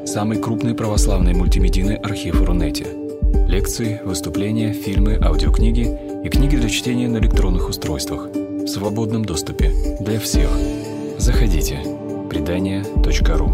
самый крупный православный мультимедийный архив Рунете. Лекции, выступления, фильмы, аудиокниги и книги для чтения на электронных устройствах в свободном доступе для всех. Заходите. Предания.ру.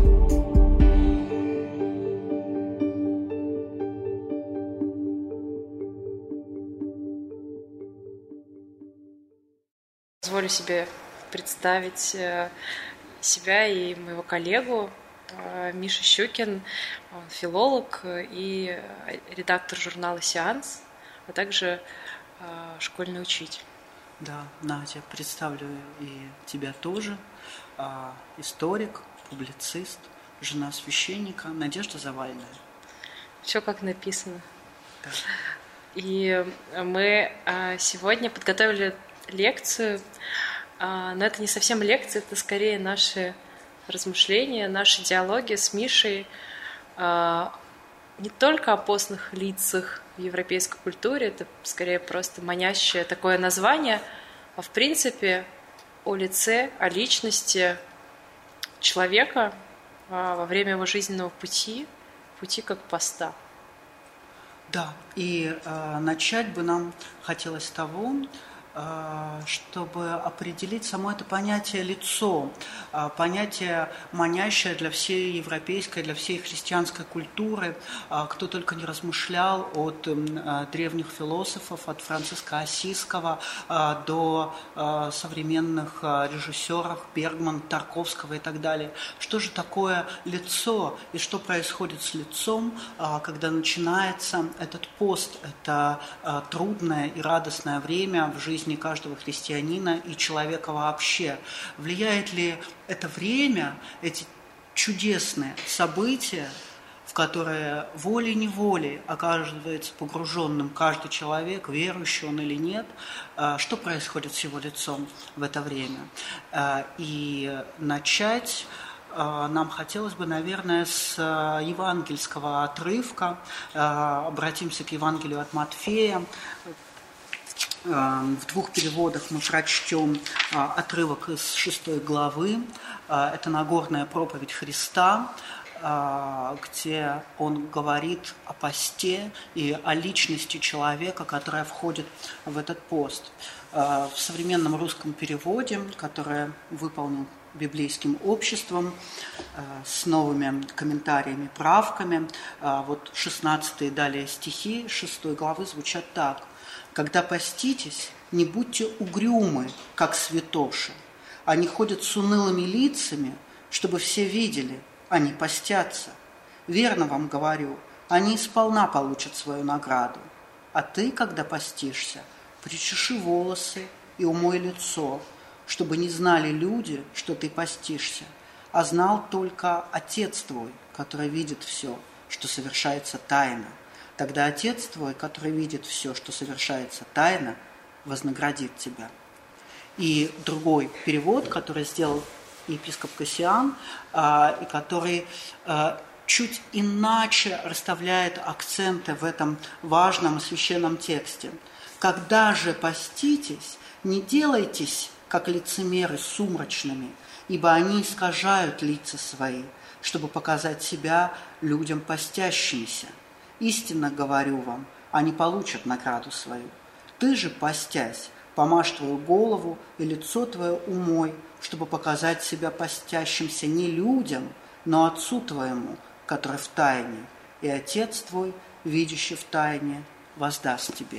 Позволю себе представить себя и моего коллегу Миша Щукин. Он филолог и редактор журнала «Сеанс», а также школьный учитель. Да, Надя, представлю и тебя тоже. Историк, публицист, жена священника Надежда Завальная. Все как написано. Да. И мы сегодня подготовили лекцию, но это не совсем лекция, это скорее наши размышления, наши диалоги с Мишей не только о постных лицах в европейской культуре, это скорее просто манящее такое название, а в принципе о лице, о личности человека во время его жизненного пути как поста. Да, и начать бы нам хотелось с того, чтобы определить само это понятие «лицо», понятие, манящее для всей европейской, для всей христианской культуры. Кто только не размышлял от древних философов, от Франциска Осиского до современных режиссеров Бергман, Тарковского и так далее. Что же такое лицо и что происходит с лицом, когда начинается этот пост, это трудное и радостное время в жизни каждого христианина и человека вообще. Влияет ли это время, эти чудесные события, в которые волей-неволей оказывается погруженным каждый человек, верующий он или нет, что происходит с его лицом в это время? И начать нам хотелось бы, наверное, с евангельского отрывка. Обратимся к Евангелию от Матфея. В двух переводах мы прочтем отрывок из 6 главы. Это Нагорная проповедь Христа, где он говорит о посте и о личности человека, которая входит в этот пост. В современном русском переводе, который выполнен библейским обществом с новыми комментариями, правками, вот 16 далее стихи 6 главы звучат так. «Когда поститесь, не будьте угрюмы, как святоши. Они ходят с унылыми лицами, чтобы все видели, они постятся. Верно вам говорю, они сполна получат свою награду. А ты, когда постишься, причеши волосы и умой лицо, чтобы не знали люди, что ты постишься, а знал только Отец твой, который видит все, что совершается тайно. Тогда Отец твой, который видит все, что совершается тайно, вознаградит тебя». И другой перевод, который сделал епископ Кассиан, и который чуть иначе расставляет акценты в этом важном и священном тексте. «Когда же поститесь, не делайтесь, как лицемеры, сумрачными, ибо они искажают лица свои, чтобы показать себя людям постящимися. Истинно говорю вам, они получат награду свою. Ты же, постясь, помажь твою голову и лицо твое умой, чтобы показать себя постящимся не людям, но Отцу твоему, который в тайне, и Отец твой, видящий в тайне, воздаст тебе».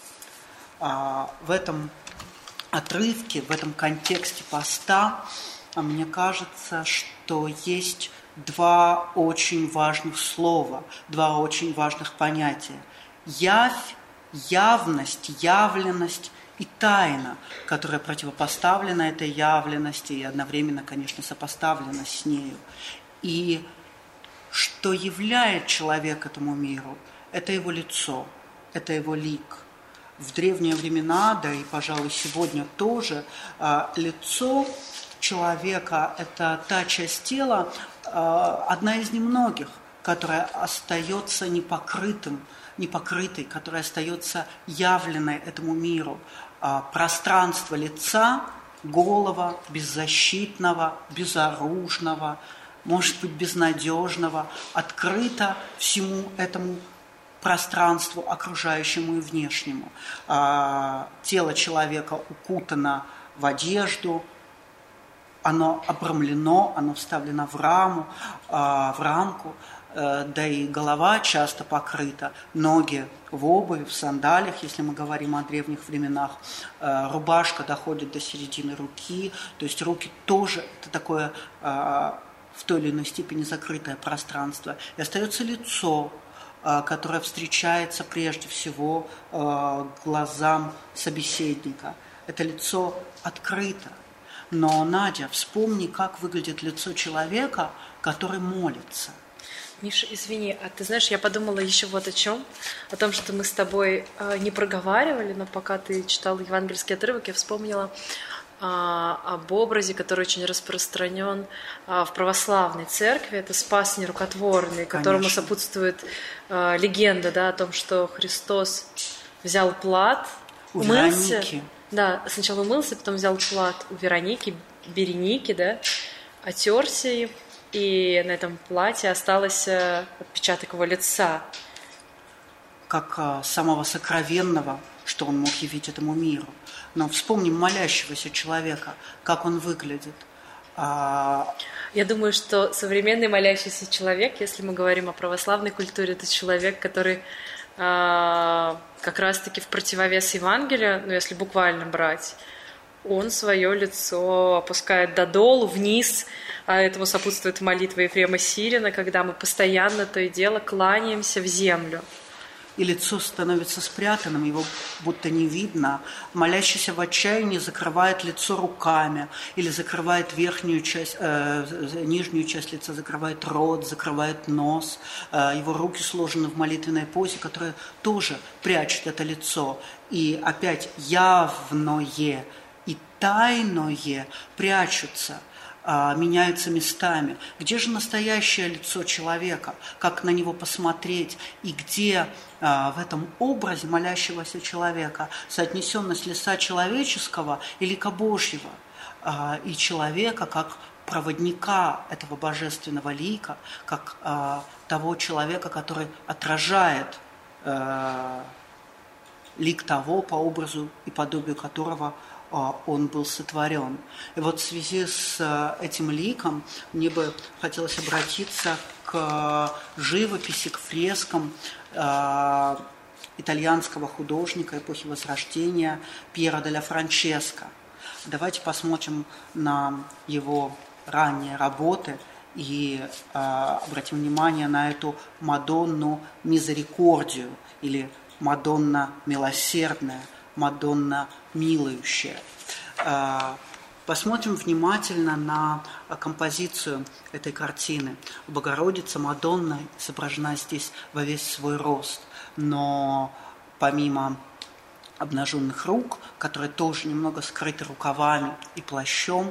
В этом отрывке, в этом контексте поста, мне кажется, что есть два очень важных слова, два очень важных понятия. Явь, явность, явленность и тайна, которая противопоставлена этой явленности и одновременно, конечно, сопоставлена с нею. И что являет человек этому миру? Это его лицо, это его лик. В древние времена, да и, пожалуй, сегодня тоже, лицо человека – это та часть тела, одна из немногих, которая остается непокрытой, которая остается явленной этому миру. Пространство лица, голова беззащитного, безоружного, может быть, безнадежного, открыто всему этому пространству, окружающему и внешнему. Тело человека укутано в одежду, оно обрамлено, оно вставлено в рамку, да и голова часто покрыта, ноги в обуви, в сандалиях, если мы говорим о древних временах, рубашка доходит до середины руки, то есть руки тоже, это такое в той или иной степени закрытое пространство. И остается лицо, которое встречается прежде всего глазам собеседника. Это лицо открыто. Но, Надя, вспомни, как выглядит лицо человека, который молится. Миша, извини, а ты знаешь, я подумала еще вот о чем. О том, что мы с тобой не проговаривали, но пока ты читал евангельский отрывок, я вспомнила об образе, который очень распространен в православной церкви. Это спас нерукотворный, которому Конечно. сопутствует легенда, да, о том, что Христос взял плат, умылся. Вероники. Да, сначала умылся, потом взял плат у Вероники, Береники, да, отерся им, и на этом платье остался отпечаток его лица. Как самого сокровенного, что он мог явить этому миру. Но вспомним молящегося человека, как он выглядит. Я думаю, что современный молящийся человек, если мы говорим о православной культуре, это человек, который как раз-таки в противовес Евангелию, ну, если буквально брать, он свое лицо опускает додолу, вниз, а этому сопутствует молитва Ефрема Сирина, когда мы постоянно то и дело кланяемся в землю. И лицо становится спрятанным, его будто не видно. Молящийся в отчаянии закрывает лицо руками или закрывает нижнюю часть лица, закрывает рот, закрывает нос. Его руки сложены в молитвенной позе, которая тоже прячет это лицо. И опять явное и тайное прячутся, меняются местами. Где же настоящее лицо человека? Как на него посмотреть? И где в этом образе молящегося человека соотнесенность лица человеческого и лика Божьего? И человека как проводника этого божественного лика, как того человека, который отражает лик того, по образу и подобию которого он был сотворен. И вот в связи с этим ликом мне бы хотелось обратиться к живописи, к фрескам итальянского художника эпохи Возрождения Пьера делла Франческо. Давайте посмотрим на его ранние работы и обратим внимание на эту Мадонну Мизерикордию или Мадонна милосердная, Мадонна милующая. Посмотрим внимательно на композицию этой картины. Богородица, Мадонна изображена здесь во весь свой рост, но помимо обнаженных рук, которые тоже немного скрыты рукавами и плащом,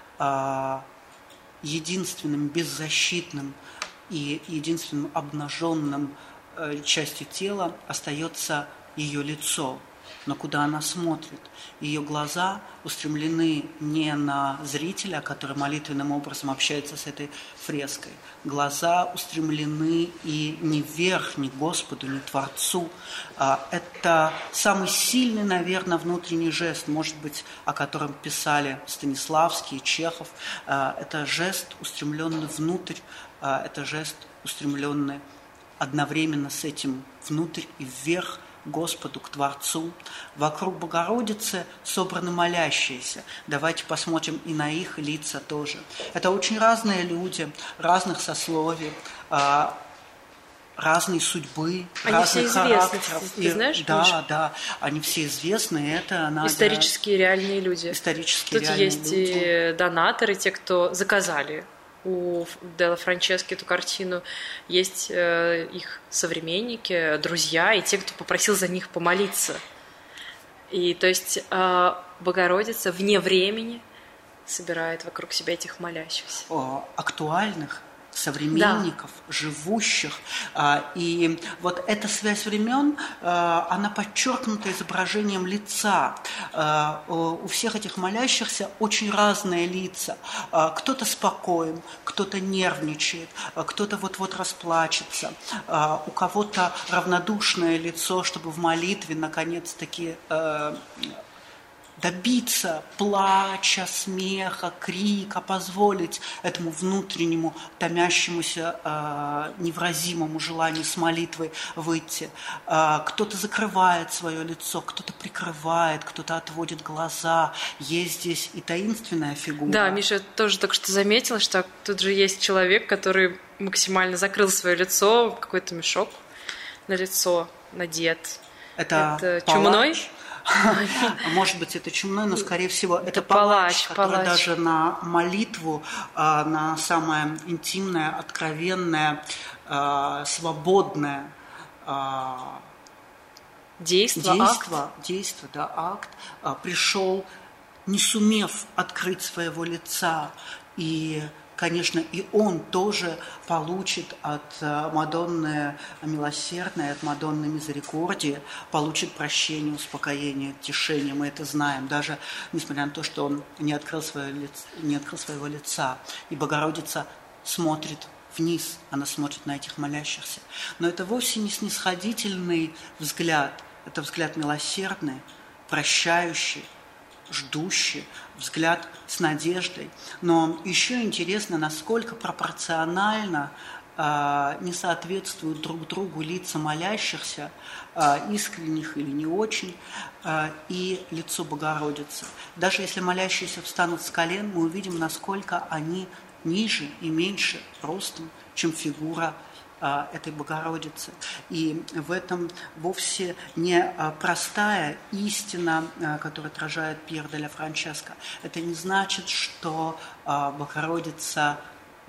единственным беззащитным и единственным обнаженным частью тела остается ее лицо. Но куда она смотрит? Ее глаза устремлены не на зрителя, который молитвенным образом общается с этой фреской. Глаза устремлены и не вверх, не к Господу, не к Творцу. Это самый сильный, наверное, внутренний жест, может быть, о котором писали Станиславский, Чехов. Это жест, устремленный внутрь, это жест, устремленный одновременно с этим внутрь и вверх, Господу, к Творцу. Вокруг Богородицы собраны молящиеся. Давайте посмотрим и на их лица тоже. Это очень разные люди, разных сословий, разной судьбы, они разных все характеров. Ты знаешь, да, Миша? Да, они все известны. Это, Надя, исторические реальные люди. Исторические Тут реальные есть люди. и донаторы, те, кто заказали у Делла Франческо эту картину, есть их современники, друзья и те, кто попросил за них помолиться. И то есть Богородица вне времени собирает вокруг себя этих молящихся. Актуальных современников, живущих. И вот эта связь времен, она подчеркнута изображением лица. У всех этих молящихся очень разные лица. Кто-то спокоен, кто-то нервничает, кто-то вот-вот расплачется, у кого-то равнодушное лицо, чтобы в молитве наконец-таки добиться плача, смеха, крика, позволить этому внутреннему, томящемуся, невразимому желанию с молитвой выйти. Кто-то закрывает свое лицо, кто-то прикрывает, кто-то отводит глаза. Есть здесь и таинственная фигура. Да, Миша тоже только что заметила, что тут же есть человек, который максимально закрыл свое лицо, какой-то мешок на лицо надет. Это чумной? Может быть, это чумной, но, скорее всего, это палач, который даже на молитву, на самое интимное, откровенное, свободное акт пришел, не сумев открыть своего лица. И, конечно, и он тоже получит от Мадонны Милосердной, от Мадонны Мизерикордии, получит прощение, успокоение, утешение. Мы это знаем, даже несмотря на то, что он не открыл своего лица. И Богородица смотрит вниз, она смотрит на этих молящихся. Но это вовсе не снисходительный взгляд, это взгляд милосердный, прощающий, ждущий, взгляд с надеждой. Но еще интересно, насколько пропорционально не соответствуют друг другу лица молящихся, искренних или не очень, и лицо Богородицы. Даже если молящиеся встанут с колен, мы увидим, насколько они ниже и меньше ростом, чем фигура этой Богородицы. И в этом вовсе не простая истина, которую отражает Пьер де ла Франческо. Это не значит, что Богородица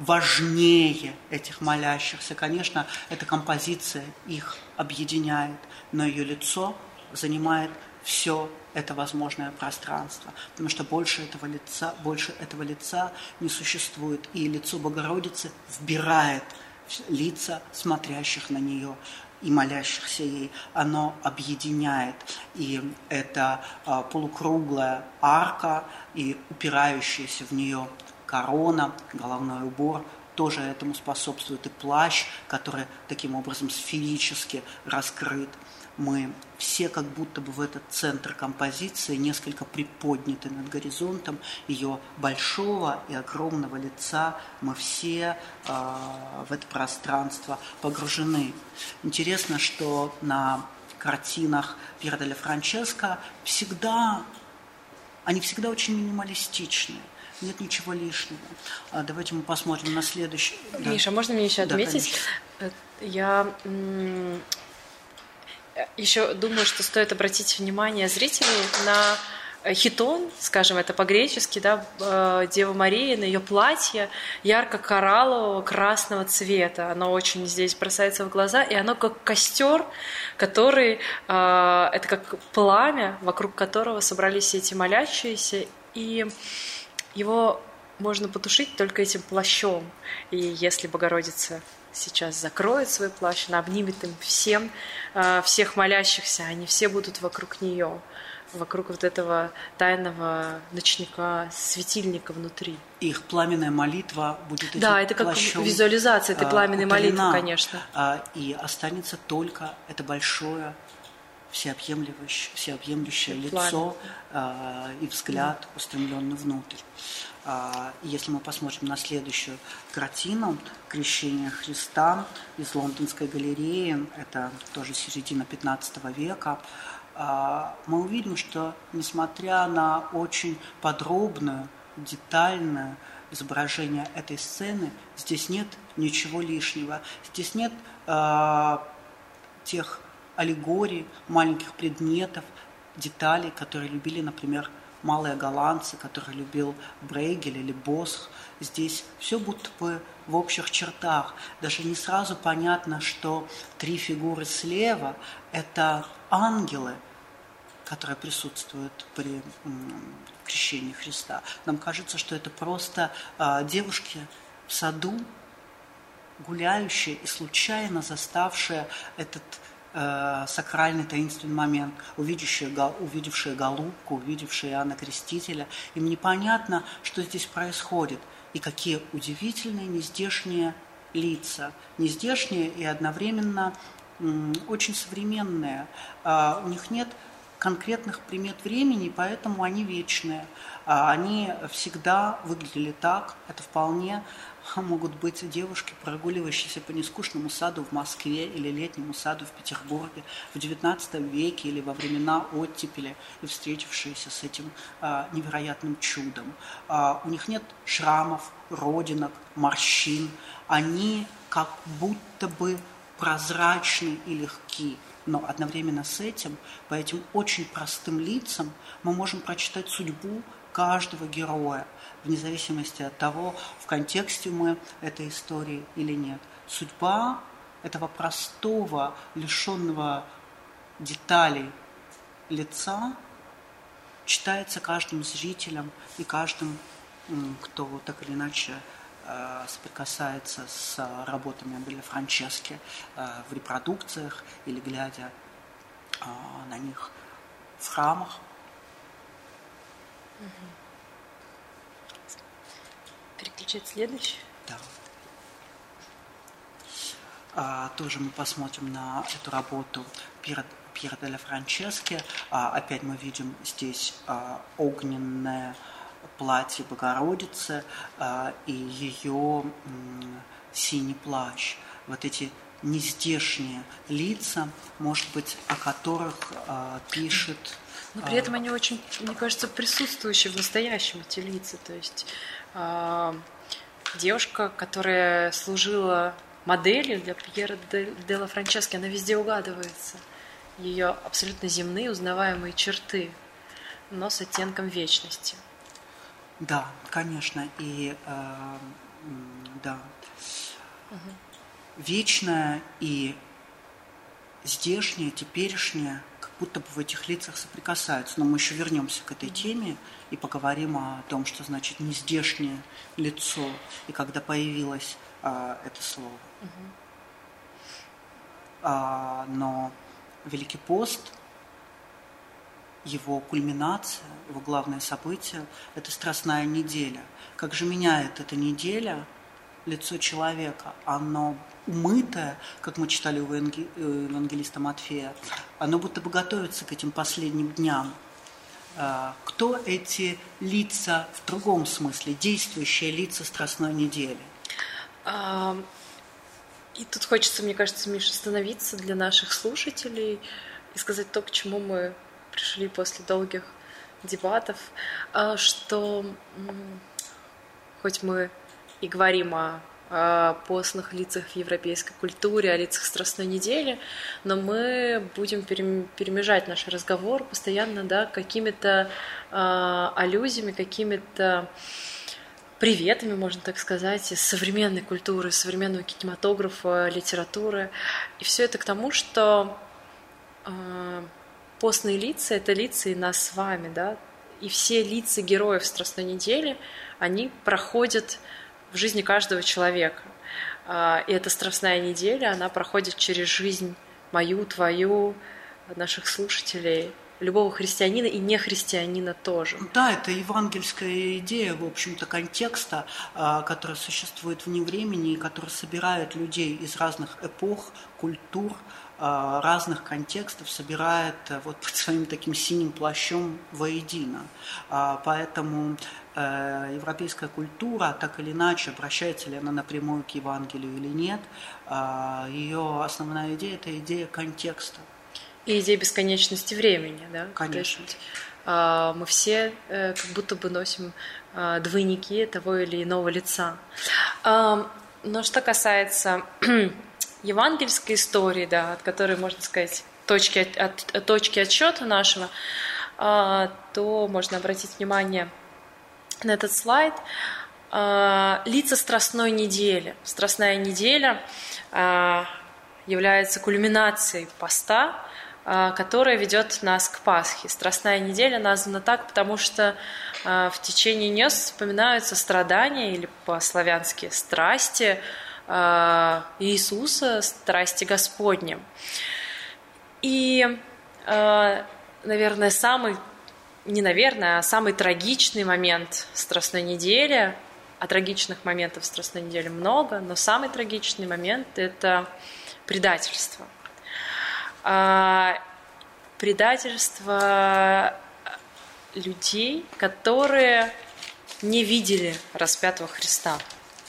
важнее этих молящихся. Конечно, эта композиция их объединяет, но ее лицо занимает все это возможное пространство, потому что больше этого лица не существует. И лицо Богородицы вбирает лица смотрящих на нее и молящихся ей, оно объединяет. И это полукруглая арка и упирающаяся в нее корона, головной убор тоже этому способствует, и плащ, который таким образом сферически раскрыт. Мы все как будто бы в этот центр композиции несколько приподняты над горизонтом ее большого и огромного лица. Мы все в это пространство погружены. Интересно, что на картинах Пьера де ла Франческо они всегда очень минималистичные. Нет ничего лишнего. Давайте мы посмотрим на следующий. Миша, можно мне еще отметить? Да, я еще думаю, что стоит обратить внимание зрителей на хитон, скажем, это по-гречески, да, Дева Мария, на ее платье ярко-кораллового красного цвета. Оно очень здесь бросается в глаза, и оно как костер, который, это как пламя, вокруг которого собрались все эти молящиеся, и его можно потушить только этим плащом. И если Богородица сейчас закроет свой плащ, она обнимет им всех молящихся, они все будут вокруг нее, вокруг вот этого тайного ночника, светильника внутри. Их пламенная молитва будет этим Да, это как визуализация этой пламенной молитвы, конечно. И останется только это большое, всеобъемлющее лицо и взгляд, устремленный внутрь. Если мы посмотрим на следующую картину «Крещение Христа» из Лондонской галереи, это тоже середина XV века, мы увидим, что несмотря на очень подробное, детальное изображение этой сцены, здесь нет ничего лишнего. Здесь нет тех аллегорий, маленьких предметов, деталей, которые любили, например, малые голландцы, которые любил Брейгель или Босх. Здесь все будто бы в общих чертах. Даже не сразу понятно, что три фигуры слева – это ангелы, которые присутствуют при крещении Христа. Нам кажется, что это просто девушки в саду, гуляющая и случайно заставшая этот сакральный таинственный момент, увидевшая голубку, увидевшая Иоанна Крестителя. Им непонятно, что здесь происходит, и какие удивительные нездешние лица. Нездешние и одновременно очень современные. У них нет конкретных примет времени, поэтому они вечные. Они всегда выглядели так. Это вполне могут быть девушки, прогуливающиеся по нескучному саду в Москве или летнему саду в Петербурге в XIX веке или во времена оттепели и встретившиеся с этим невероятным чудом. У них нет шрамов, родинок, морщин. Они как будто бы прозрачны и легки. Но одновременно с этим, по этим очень простым лицам, мы можем прочитать судьбу каждого героя, вне зависимости от того, в контексте мы этой истории или нет. Судьба этого простого, лишенного деталей лица читается каждым зрителем и каждым, кто так или иначе соприкасается с работами Делла Франчески в репродукциях или глядя на них в храмах. Переключать следующий? Да. Тоже мы посмотрим на эту работу Пьера Делла Франчески. Опять мы видим здесь огненное платье Богородицы и ее синий плащ. Вот эти нездешние лица, может быть, о которых пишет... Но при этом они очень, мне кажется, присутствующие в настоящем, эти лица. То есть девушка, которая служила моделью для Пьера Делла Франчески, она везде угадывается. Ее абсолютно земные, узнаваемые черты, но с оттенком вечности. Да, конечно, и да. Вечное и здешнее, теперешнее, как будто бы в этих лицах соприкасаются. Но мы еще вернемся к этой теме и поговорим о том, что значит нездешнее лицо, и когда появилось это слово. Но Великий пост, его кульминация, его главное событие – это Страстная неделя. Как же меняет эта неделя лицо человека? Оно умытое, как мы читали у евангелиста Матфея, оно будто бы готовится к этим последним дням. Кто эти лица в другом смысле, действующие лица Страстной недели? И тут хочется, мне кажется, Миша, остановиться для наших слушателей и сказать то, к чему мы пришли после долгих дебатов, что хоть мы и говорим о постных лицах в европейской культуре, о лицах Страстной недели, но мы будем перемежать наш разговор постоянно, да, какими-то аллюзиями, какими-то приветами, можно так сказать, из современной культуры, современного кинематографа, литературы. И все это к тому, что постные лица – это лица и нас с вами, да, и все лица героев Страстной недели, они проходят в жизни каждого человека. И эта Страстная неделя, она проходит через жизнь мою, твою, наших слушателей, любого христианина и нехристианина тоже. Да, это евангельская идея, в общем-то, контекста, которая существует вне времени и которая собирает людей из разных эпох, культур, разных контекстов, собирает вот под своим таким синим плащом воедино. Поэтому европейская культура, так или иначе, обращается ли она напрямую к Евангелию или нет, ее основная идея – это идея контекста. И идея бесконечности времени, да? Конечно. То есть, мы все как будто бы носим двойники того или иного лица. Но что касается евангельской истории, да, от которой, можно сказать, точки отсчета нашего, то можно обратить внимание на этот слайд. Лица Страстной недели. Страстная неделя является кульминацией поста, которая ведет нас к Пасхе. Страстная неделя названа так, потому что в течение нее вспоминаются страдания, или по-славянски страсти, Иисуса, страсти Господни. И, наверное, самый трагичный момент Страстной недели, а трагичных моментов в Страстной неделе много, но самый трагичный момент – это предательство. Предательство людей, которые не видели распятого Христа.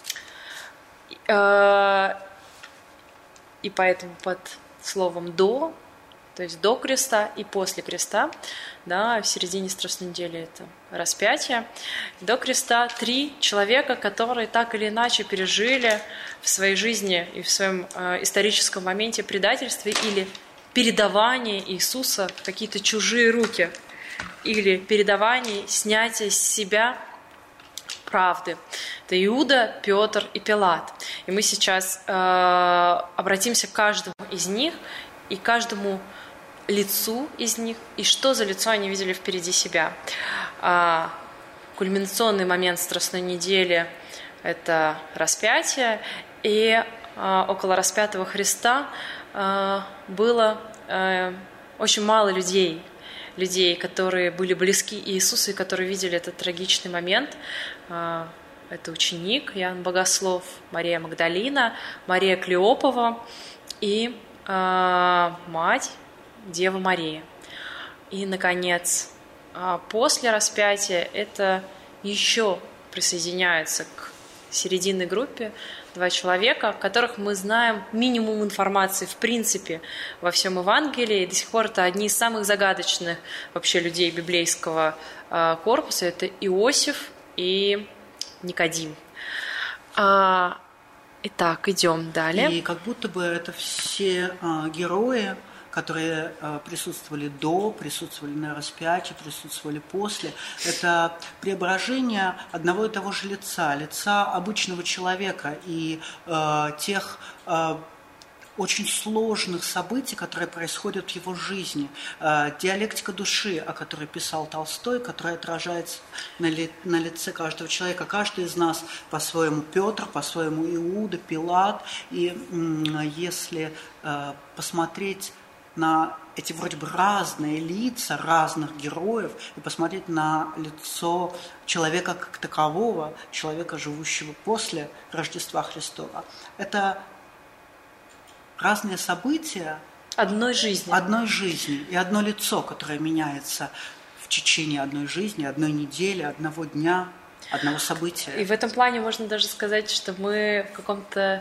И поэтому под словом «до», то есть до креста и после креста, да, в середине Страстной недели это распятие, до креста 3 человека, которые так или иначе пережили в своей жизни и в своем историческом моменте предательство или передавание Иисуса в какие-то чужие руки, или передавание, снятие с себя правды. Это Иуда, Петр и Пилат. И мы сейчас обратимся к каждому из них и каждому лицу из них, и что за лицо они видели впереди себя. Кульминационный момент Страстной недели – это распятие, и около распятого Христа было очень мало людей, которые были близки Иисусу и которые видели этот трагичный момент. Это ученик Иоанн Богослов, Мария Магдалина, Мария Клеопова и мать Дева Мария. И, наконец, после распятия это еще присоединяются к серединной группе 2 человека, о которых мы знаем минимум информации в принципе во всем Евангелии. И до сих пор это одни из самых загадочных вообще людей библейского корпуса. Это Иосиф и Никодим. Итак, идем далее. И как будто бы это все герои, которые присутствовали до, присутствовали на распятии, присутствовали после. Это преображение одного и того же лица обычного человека и тех очень сложных событий, которые происходят в его жизни. Диалектика души, о которой писал Толстой, которая отражается на лице каждого человека. Каждый из нас по-своему Петр, по-своему Иуда, Пилат. И если посмотреть на эти вроде бы разные лица разных героев и посмотреть на лицо человека как такового, человека, живущего после Рождества Христова. Это разные события одной жизни и одно лицо, которое меняется в течение одной жизни, одной недели, одного дня, одного события. И в этом плане можно даже сказать, что мы в каком-то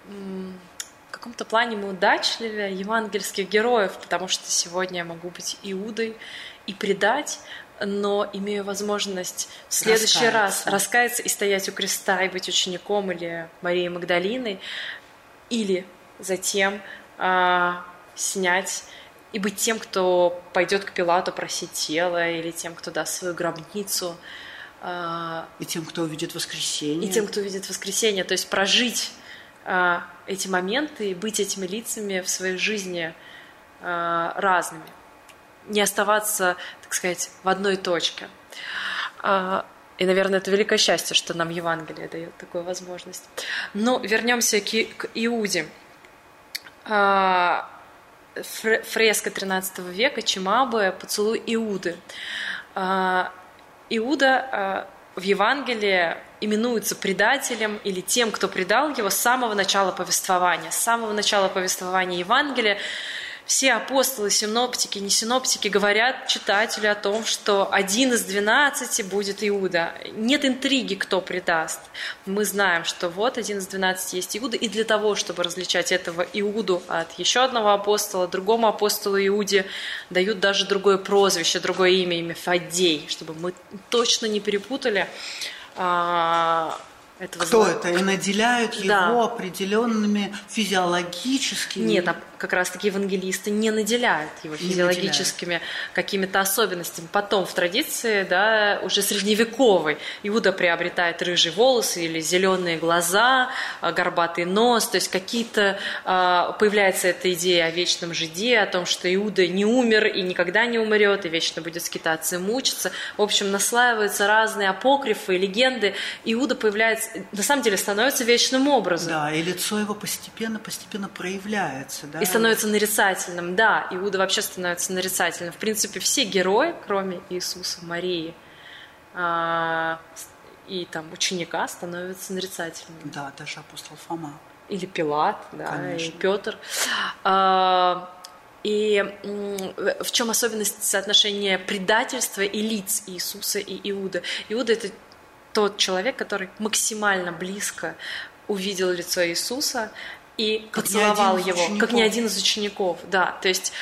плане мы удачливее евангельских героев, потому что сегодня я могу быть Иудой и предать, но имею возможность в следующий раз раскаяться и стоять у креста, и быть учеником или Марией Магдалиной, или затем снять и быть тем, кто пойдет к Пилату просить тело, или тем, кто даст свою гробницу. И тем, кто увидит воскресение. То есть прожить эти моменты и быть этими лицами в своей жизни разными. Не оставаться, так сказать, в одной точке. И, наверное, это великое счастье, что нам Евангелие дает такую возможность. Но вернемся к Иуде. Фреска XIII века Чимабе «Поцелуй Иуды». Иуда в Евангелии именуется предателем или тем, кто предал его с самого начала повествования. С самого начала повествования Евангелия все апостолы, синоптики, не синоптики говорят читателю о том, что 1 из 12 будет Иуда. Нет интриги, кто предаст. Мы знаем, что вот 1 из 12 есть Иуда, и для того, чтобы различать этого Иуду от еще одного апостола, другому апостолу Иуде дают даже другое прозвище, другое имя Фаддей, чтобы мы точно не перепутали кто это? И наделяют его определенными физиологическими... Нет, как раз-таки евангелисты не наделяют его физиологическими какими-то особенностями. Потом в традиции, уже средневековой, Иуда приобретает рыжие волосы или зеленые глаза, горбатый нос, то есть какие-то... Появляется эта идея о вечном жиде, о том, что Иуда не умер и никогда не умрет, и вечно будет скитаться и мучиться. В общем, наслаиваются разные апокрифы, легенды. Иуда появляется на самом деле становится вечным образом. Да, и лицо его постепенно проявляется. Да? И становится нарицательным, да. Иуда вообще становится нарицательным. В принципе, все герои, кроме Иисуса, Марии и там ученика, становятся нарицательными. Да, даже апостол Фома. Или Пилат, да, Конечно. и Петр. И в чем особенность соотношения предательства и лиц Иисуса и Иуды? Иуда – это тот человек, который максимально близко увидел лицо Иисуса и поцеловал его, как ни один из учеников. Да, то есть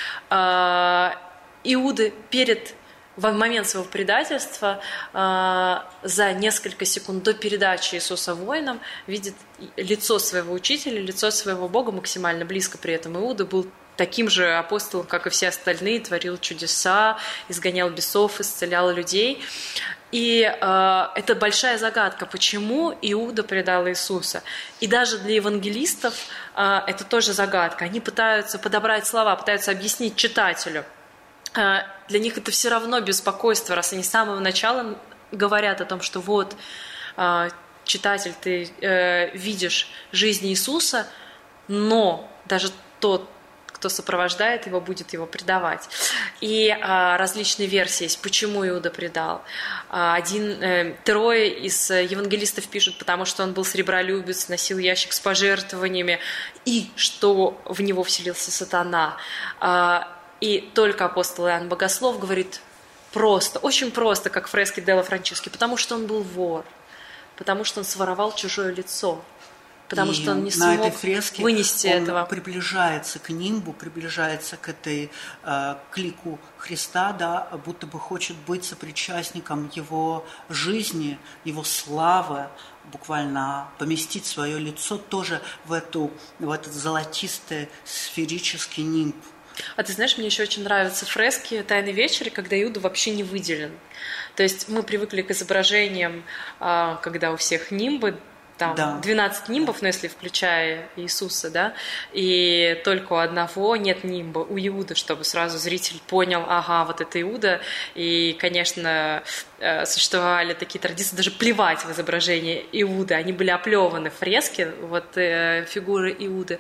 Иуда в момент своего предательства за несколько секунд до передачи Иисуса воинам видит лицо своего учителя, лицо своего Бога максимально близко. При этом Иуда был таким же апостолом, как и все остальные, творил чудеса, изгонял бесов, исцелял людей. И это большая загадка, почему Иуда предал Иисуса. И даже для евангелистов это тоже загадка. Они пытаются подобрать слова, пытаются объяснить читателю. Для них это все равно беспокойство, раз они с самого начала говорят о том, что вот, читатель, ты видишь жизнь Иисуса, но даже тот, кто сопровождает его, будет его предавать. И различные версии есть, почему Иуда предал. Трое из евангелистов пишут, потому что он был сребролюбец, носил ящик с пожертвованиями, и что в него вселился сатана. И только апостол Иоанн Богослов говорит просто, очень просто, как фрески Делла Франчески, потому что он был вор, потому что он своровал чужое лицо, потому что он не смог на этой фреске вынести этого. Он приближается к нимбу, приближается к этой к лику Христа, да, будто бы хочет быть сопричастником его жизни, его славы, буквально поместить свое лицо тоже в этот золотистый сферический нимб. А ты знаешь, мне еще очень нравятся фрески «Тайной вечери», когда Иуда вообще не выделен. То есть мы привыкли к изображениям, когда у всех нимбы, там 12 нимбов, но если включая Иисуса, да, и только у одного нет нимба, у Иуды, чтобы сразу зритель понял, ага, вот это Иуда. И, конечно, существовали такие традиции даже плевать в изображение Иуды. Они были оплеваны фрески, вот фигуры Иуды.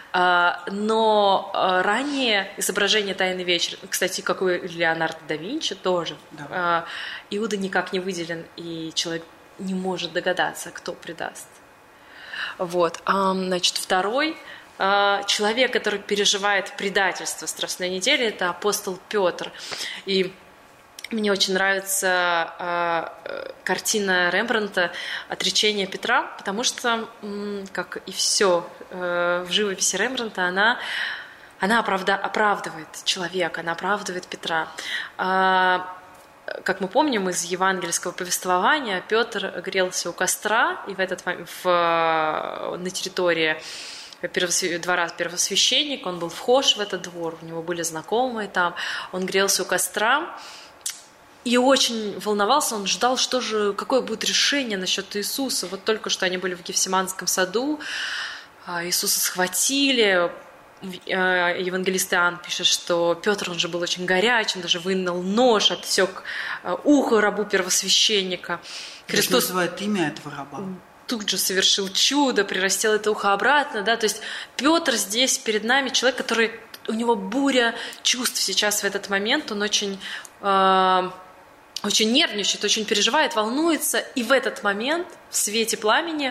Но ранее изображение «Тайный вечер», кстати, как у Леонардо да Винчи тоже, Иуда никак не выделен, и человек не может догадаться, кто предаст. Вот. Значит, второй человек, который переживает предательство Страстной недели, это апостол Петр. И мне очень нравится картина Рембрандта «Отречение Петра», потому что, как и все в живописи Рембрандта, она оправдывает человека, она оправдывает Петра. Как мы помним из евангельского повествования, Петр грелся у костра, и в этот момент на территории двора первосвященника, он был вхож в этот двор, у него были знакомые там, он грелся у костра и очень волновался, он ждал, какое будет решение насчет Иисуса. Вот только что они были в Гефсиманском саду, Иисуса схватили. Евангелист Иоанн пишет, что Петр, он же был очень горяч, он даже вынул нож, отсек ухо рабу первосвященника. Христос называет имя этого раба. Тут же совершил чудо, прирастил это ухо обратно, да, то есть Петр здесь перед нами человек, который, у него буря чувств сейчас в этот момент, он очень нервничает, очень переживает, волнуется, и в этот момент в свете пламени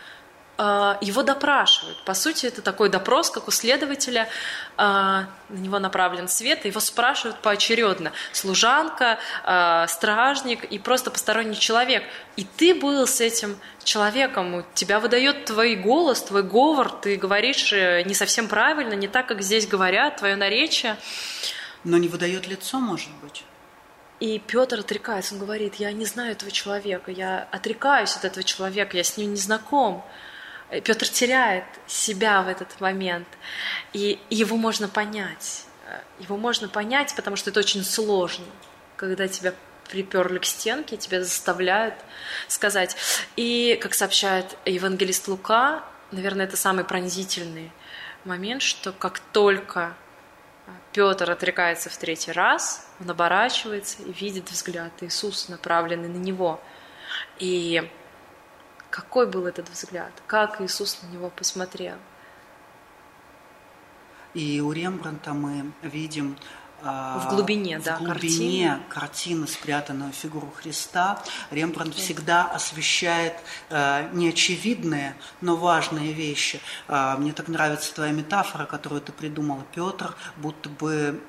его допрашивают. По сути, это такой допрос, как у следователя, на него направлен свет, и его спрашивают поочередно. Служанка, стражник и просто посторонний человек. И ты был с этим человеком, тебя выдает твой голос, твой говор, ты говоришь не совсем правильно, не так, как здесь говорят, твое наречие. Но не выдает лицо, может быть. И Петр отрекается, он говорит, я не знаю этого человека, я отрекаюсь от этого человека, я с ним не знаком. Петр теряет себя в этот момент, и его можно понять. Его можно понять, потому что это очень сложно, когда тебя приперли к стенке, тебя заставляют сказать. И, как сообщает евангелист Лука, наверное, это самый пронзительный момент, что как только Петр отрекается в третий раз, он оборачивается и видит взгляд Иисуса, направленный на него. И Какой был этот взгляд? Как Иисус на него посмотрел? И у Рембрандта мы видим в глубине картины, спрятанную фигуру Христа. Рембрандт всегда освещает неочевидные, но важные вещи. Мне так нравится твоя метафора, которую ты придумала, Петр, будто бы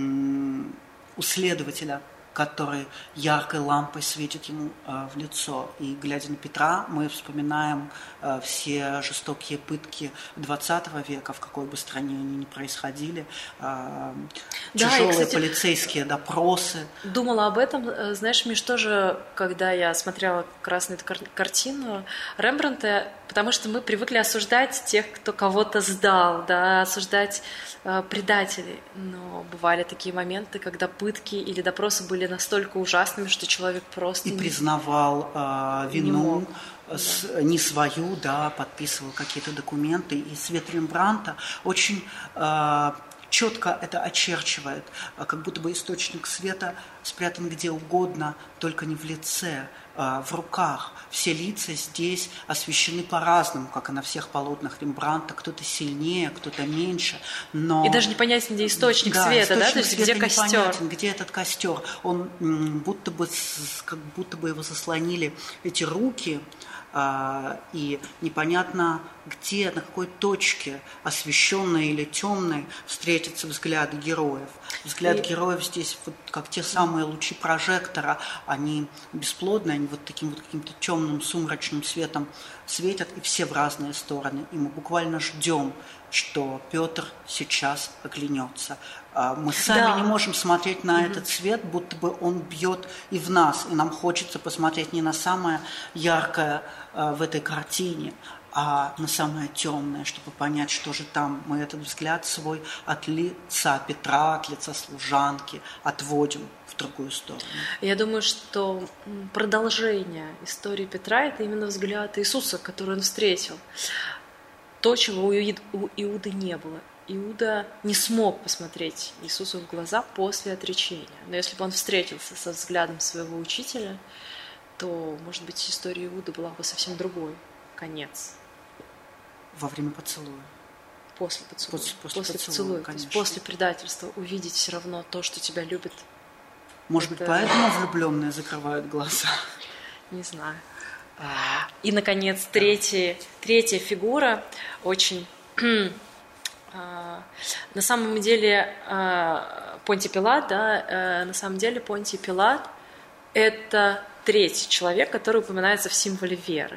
у следователя, который яркой лампой светит ему в лицо. И, глядя на Петра, мы вспоминаем все жестокие пытки XX века, в какой бы стране они ни происходили, тяжелые кстати, полицейские допросы. Думала об этом, знаешь, Миш, тоже, когда я смотрела как раз на эту картину Рембрандта, потому что мы привыкли осуждать тех, кто кого-то сдал, да, осуждать предателей. Но бывали такие моменты, когда пытки или допросы были настолько ужасными, что человек просто и признавал вину не свою, да, подписывал какие-то документы. И свет Рембрандта очень четко это очерчивает, как будто бы источник света спрятан где угодно, только не в лице, в руках. Все лица здесь освещены по-разному, как и на всех полотнах Рембрандта. Кто-то сильнее, кто-то меньше. Но... И даже непонятен, где источник света, да? То есть где костер. Непонятен, где этот костер. Он как будто бы его заслонили эти руки, и непонятно, где, на какой точке, освещенной или темной, встретятся взгляды героев. Взгляд героев здесь, вот, как те самые лучи прожектора, они бесплодные, они вот таким вот каким-то темным, сумрачным светом светят, и все в разные стороны. И мы буквально ждем, что Петр сейчас оглянется. Мы сами не можем смотреть на этот свет, будто бы он бьет и в нас, и нам хочется посмотреть не на самое яркое в этой картине, а на самое темное, чтобы понять, что же там. Мы этот взгляд свой от лица Петра, от лица служанки отводим в другую сторону. Я думаю, что продолжение истории Петра – это именно взгляд Иисуса, который он встретил. То, чего у Иуды не было. Иуда не смог посмотреть Иисусу в глаза после отречения. Но если бы он встретился со взглядом своего учителя, то, может быть, история Иуды была бы совсем другой. Конец. Во время поцелуя. После поцелуя. После поцелуя, конечно. После предательства увидеть все равно то, что тебя любит. Может быть, поэтому влюбленные закрывают глаза? Не знаю. И, наконец, третья фигура очень... На самом деле Понтий Пилат, да, на самом деле Понтий Пилат – это третий человек, который упоминается в символе веры.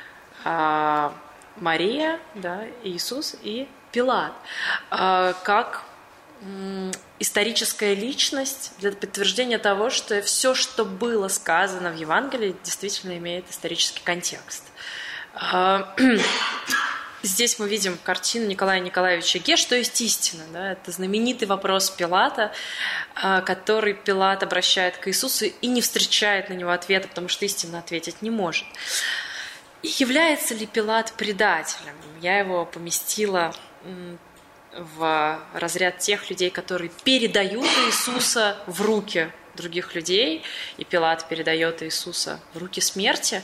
Мария, да, Иисус и Пилат. Как историческая личность для подтверждения того, что все, что было сказано в Евангелии, действительно имеет исторический контекст. Здесь мы видим картину Николая Николаевича Ге, что есть истина. Да? Это знаменитый вопрос Пилата, который Пилат обращает к Иисусу и не встречает на него ответа, потому что истинно ответить не может. И является ли Пилат предателем? Я его поместила в разряд тех людей, которые передают Иисуса в руки других людей, и Пилат передает Иисуса в руки смерти.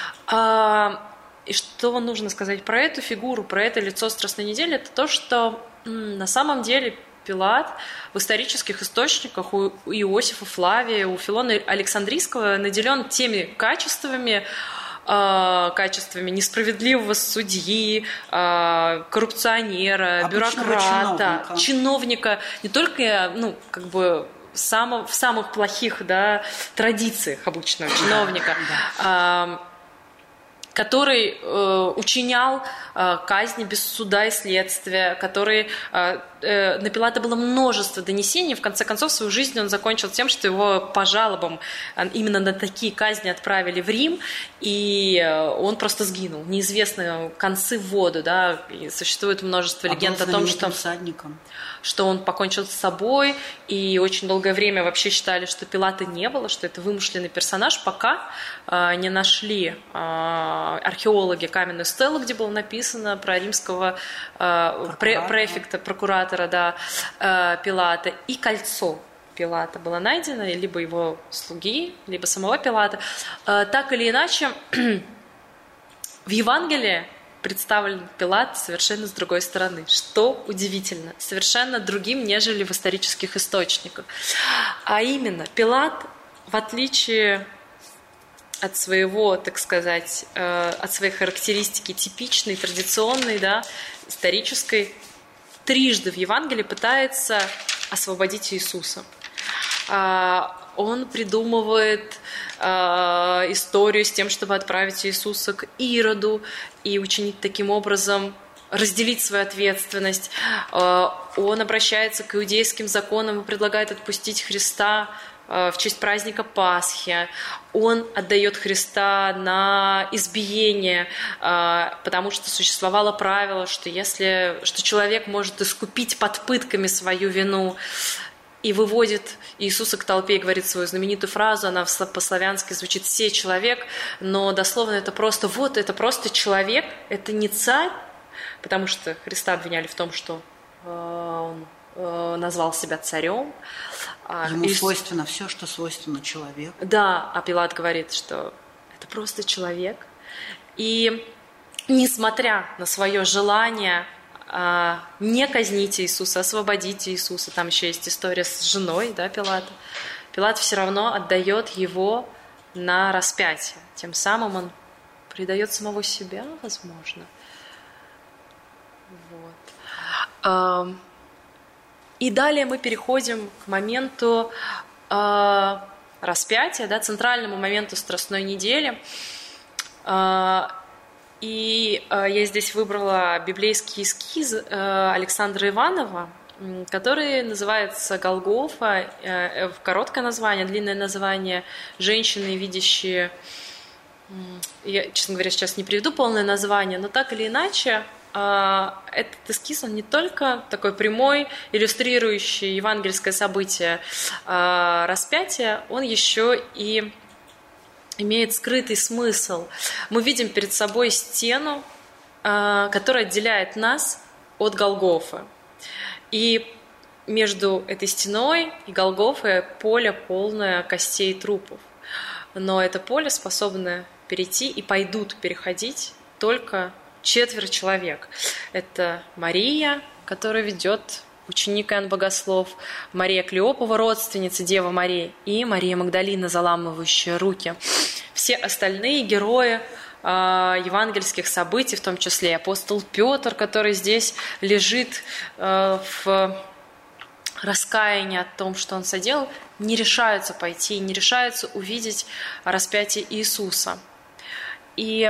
И что нужно сказать про эту фигуру, про это лицо Страстной недели, это то, что на самом деле Пилат в исторических источниках у Иосифа Флавия, у Филона Александрийского наделен теми качествами несправедливого судьи, коррупционера, бюрократа, чиновника, не только в самых плохих, да, традициях обычного чиновника, который учинял казни без суда и следствия, который на Пилата было множество донесений. В конце концов, свою жизнь он закончил тем, что его по жалобам именно на такие казни отправили в Рим, и он просто сгинул. Неизвестны концы в воду, да, и существует множество легенд о том, что он покончил с собой, и очень долгое время вообще считали, что Пилата не было, что это вымышленный персонаж, пока не нашли археологи каменную стелу, где было написано про римского префекта, прокуратора, да, Пилата, и кольцо Пилата было найдено, либо его слуги, либо самого Пилата. Так или иначе, В Евангелии представлен Пилат совершенно с другой стороны, что удивительно, совершенно другим, нежели в исторических источниках. А именно, Пилат, в отличие от своего, так сказать, от своей характеристики типичной, традиционной, да, исторической, трижды в Евангелии пытается освободить Иисуса. Он придумывает историю с тем, чтобы отправить Иисуса к Ироду и учинить таким образом, разделить свою ответственность. Он обращается к иудейским законам и предлагает отпустить Христа в честь праздника Пасхи. Он отдает Христа на избиение, потому что существовало правило, что человек может искупить под пытками свою вину. И выводит Иисуса к толпе и говорит свою знаменитую фразу, она по-славянски звучит «все человек», но дословно это просто человек, это не царь, потому что Христа обвиняли в том, что он назвал себя царем. Ему свойственно все, что свойственно человеку. Да, а Пилат говорит, что это просто человек. И несмотря на свое желание не казните Иисуса, освободите Иисуса, там еще есть история с женой, да, Пилата, Пилат все равно отдает его на распятие. Тем самым он предает самого себя, возможно. Вот. И далее мы переходим к моменту распятия, да, центральному моменту Страстной недели. И я здесь выбрала библейский эскиз Александра Иванова, который называется «Голгофа», короткое название, длинное название «Женщины, видящие». Я, честно говоря, сейчас не приведу полное название, но так или иначе, этот эскиз, он не только такой прямой, иллюстрирующий евангельское событие распятия, он еще и имеет скрытый смысл. Мы видим перед собой стену, которая отделяет нас от Голгофы. И между этой стеной и Голгофой поле полное костей и трупов. Но это поле способно перейти и пойдут переходить только 4 человек. Это Мария, которая ведет ученик Иоанн Богослов, Мария Клеопова, родственница Девы Марии, и Мария Магдалина, заламывающая руки. Все остальные герои евангельских событий, в том числе и апостол Петр, который здесь лежит в раскаянии о том, что он соделал, не решаются пойти, не решаются увидеть распятие Иисуса. И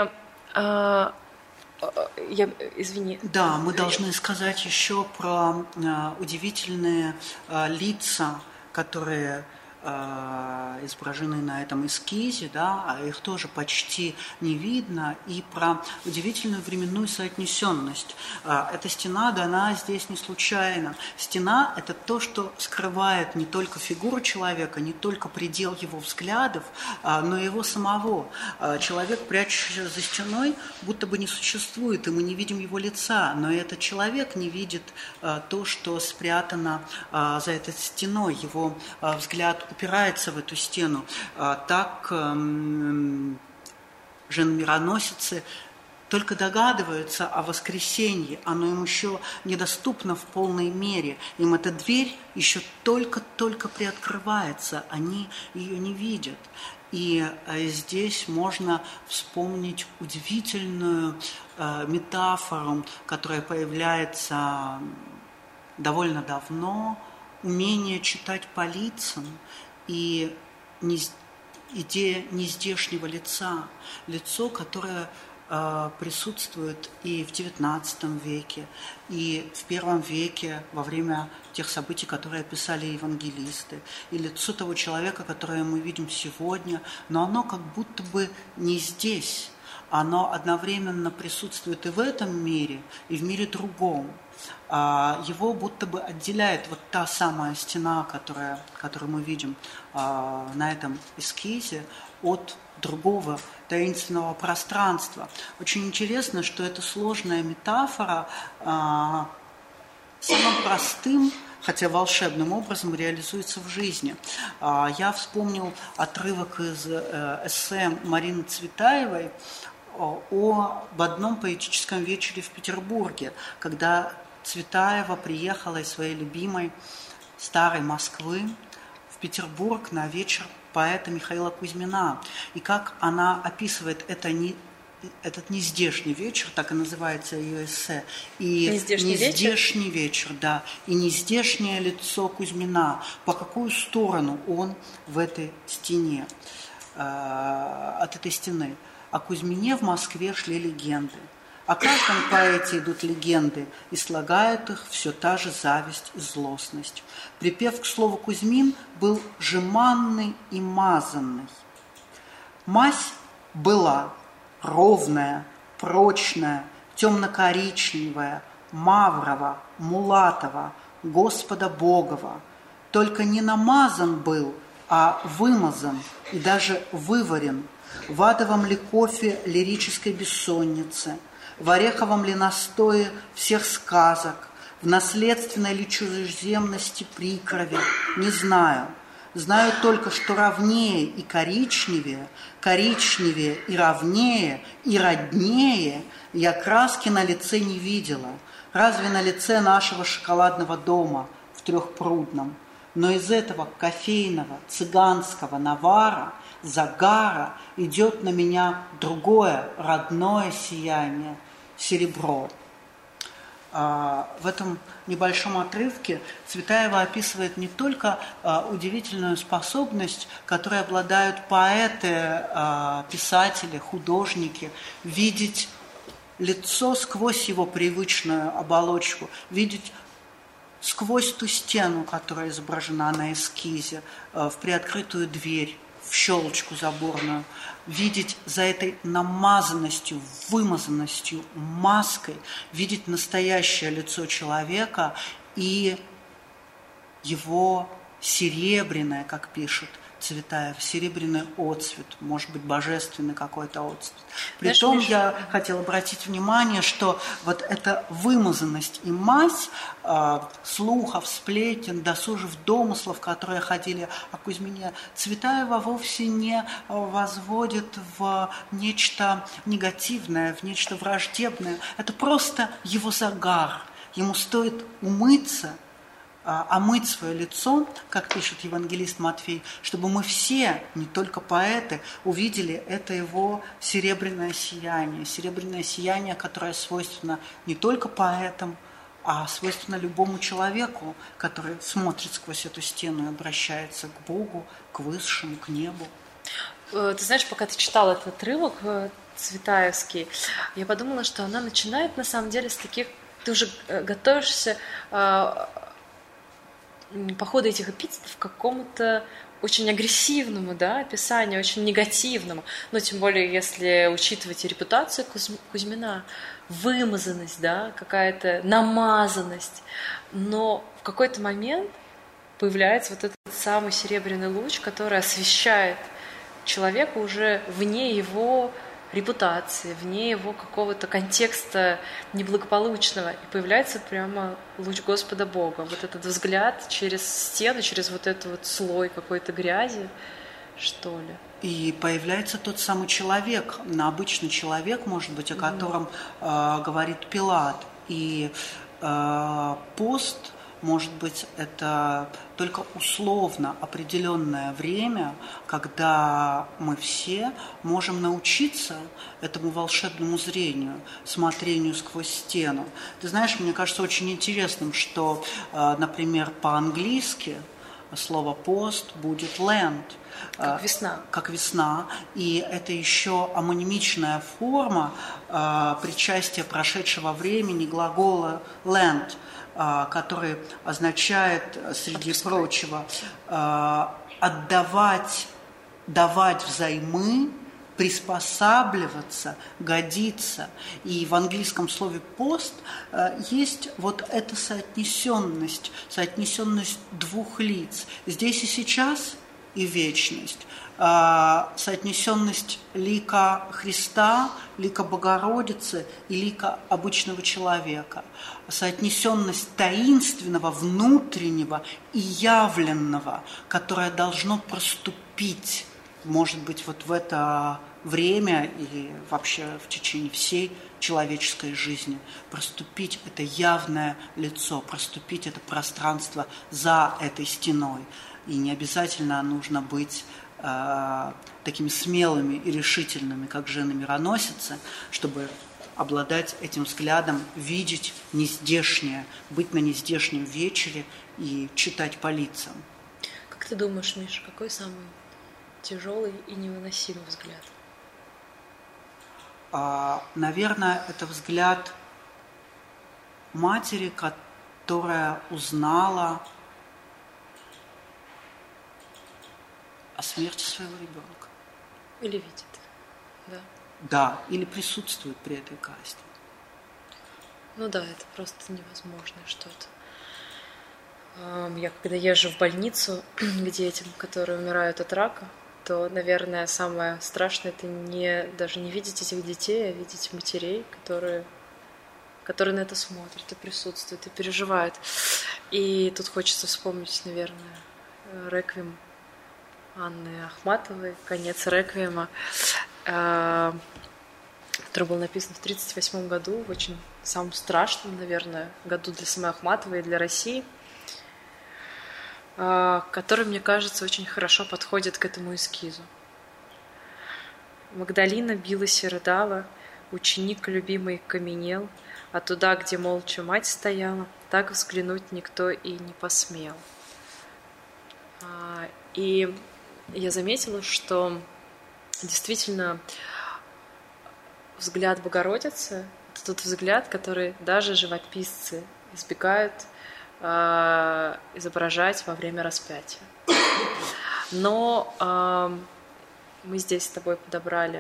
извини. Да, мы должны сказать еще про удивительные лица, которые изображены на этом эскизе, да, а их тоже почти не видно, и про удивительную временную соотнесенность. Эта стена дана здесь не случайно. Стена – это то, что скрывает не только фигуру человека, не только предел его взглядов, но и его самого. Человек, прячущийся за стеной, будто бы не существует, и мы не видим его лица, но и этот человек не видит то, что спрятано за этой стеной. Его взгляд упирается в эту стену. Так жены-мироносицы только догадываются о воскресенье, оно им еще недоступно в полной мере. Им эта дверь еще только-только приоткрывается, они ее не видят. И здесь можно вспомнить удивительную метафору, которая появляется довольно давно, умение читать по лицам и идея нездешнего лица, лицо, которое присутствует и в XIX веке, и в I веке во время тех событий, которые описали евангелисты, и лицо того человека, которое мы видим сегодня, но оно как будто бы не здесь, оно одновременно присутствует и в этом мире, и в мире другом. Его будто бы отделяет вот та самая стена, которую мы видим на этом эскизе, от другого таинственного пространства. Очень интересно, что эта сложная метафора самым простым, хотя волшебным образом реализуется в жизни. Я вспомнил отрывок из эссе Марины Цветаевой об одном поэтическом вечере в Петербурге, когда Цветаева приехала из своей любимой старой Москвы в Петербург на вечер поэта Михаила Кузьмина. И как она описывает этот нездешний вечер, так и называется ее эссе, и нездешний вечер, да, и нездешнее лицо Кузьмина, по какую сторону он в этой стене, от этой стены. О Кузьмине в Москве шли легенды. О каждом поэте идут легенды, и слагают их все та же зависть и злостность. Припев к слову Кузьмин был жеманный и мазанный. Мазь была ровная, прочная, темно-коричневая, маврова, мулатова, Господа Богова. Только не намазан был, а вымазан и даже выварен в адовом ли кофе лирической бессонницы, в ореховом ли настое всех сказок, в наследственной ли чужеземности прикрови, не знаю. Знаю только, что ровнее и коричневее и ровнее и роднее я краски на лице не видела. Разве на лице нашего шоколадного дома в Трехпрудном? Но из этого кофейного, цыганского навара, загара идет на меня другое, родное сияние – серебро. В этом небольшом отрывке Цветаева описывает не только удивительную способность, которой обладают поэты, писатели, художники, видеть лицо сквозь его привычную оболочку, видеть сквозь ту стену, которая изображена на эскизе, в приоткрытую дверь, в щелочку заборную, видеть за этой намазанностью, вымазанностью, маской, видеть настоящее лицо человека и его серебряное, как пишет Цветаев, серебряный отцвет, может быть, божественный какой-то отцвет. Притом я хотела обратить внимание, что вот эта вымазанность и мазь слухов, сплетен, досужих домыслов, которые ходили о Кузьмине, Цветаева вовсе не возводит в нечто негативное, в нечто враждебное. Это просто его загар. Ему стоит умыться, омыть свое лицо, как пишет евангелист Матфей, чтобы мы все, не только поэты, увидели это его серебряное сияние, которое свойственно не только поэтам, а свойственно любому человеку, который смотрит сквозь эту стену и обращается к Богу, к Высшему, к небу. Ты знаешь, пока ты читала этот отрывок цветаевский, я подумала, что она начинает на самом деле с таких... Ты уже готовишься... по ходу этих эпитетов к какому-то очень агрессивному, да, описанию, очень негативному. Но тем более, если учитывать репутацию Кузьмина, вымазанность, да, какая-то намазанность. Но в какой-то момент появляется вот этот самый серебряный луч, который освещает человека уже вне его репутации, вне его какого-то контекста неблагополучного. И появляется прямо луч Господа Бога. Вот этот взгляд через стену, через вот этот вот слой какой-то грязи, что ли. И появляется тот самый человек, обычный человек, может быть, о котором говорит Пилат. И пост, может быть, это только условно определенное время, когда мы все можем научиться этому волшебному зрению, смотрению сквозь стену. Ты знаешь, мне кажется очень интересным, что, например, по-английски слово «пост» будет «land». Как весна. Как весна. И это еще амонимичная форма причастия прошедшего времени глагола «land», который означает, среди прочего, отдавать, давать взаймы, приспосабливаться, годиться. И в английском слове «пост» есть вот эта соотнесенность двух лиц. Здесь и сейчас и вечность. Соотнесенность лика Христа, лика Богородицы и лика обычного человека. Соотнесенность таинственного, внутреннего и явленного, которое должно проступить, может быть, вот в время и вообще в течение всей человеческой жизни. Проступить это явное лицо, проступить это пространство за этой стеной. И не обязательно нужно быть такими смелыми и решительными, как жены-мироносицы, чтобы обладать этим взглядом, видеть нездешнее, быть на нездешнем вечере и читать по лицам. Как ты думаешь, Миша, какой самый тяжелый и невыносимый взгляд? Наверное, это взгляд матери, которая узнала о смерти своего ребенка. Или видит, да? Да, или присутствует при этой казни. Ну да, это просто невозможное что-то. Я когда езжу в больницу к детям, которые умирают от рака, то, наверное, самое страшное — это даже не видеть этих детей, а видеть матерей, которые на это смотрят и присутствуют, и переживают. И тут хочется вспомнить, наверное, реквием Анны Ахматовой, конец реквиема, который был написан в 1938 году, в очень самом страшном, наверное, году для самой Ахматовой и для России, который, мне кажется, очень хорошо подходит к этому эскизу. Магдалина билась и рыдала, ученик любимый каменел, а туда, где молча мать стояла, так взглянуть никто и не посмел. И я заметила, что действительно взгляд Богородицы — это тот взгляд, который даже живописцы избегают изображать во время распятия. Но мы здесь с тобой подобрали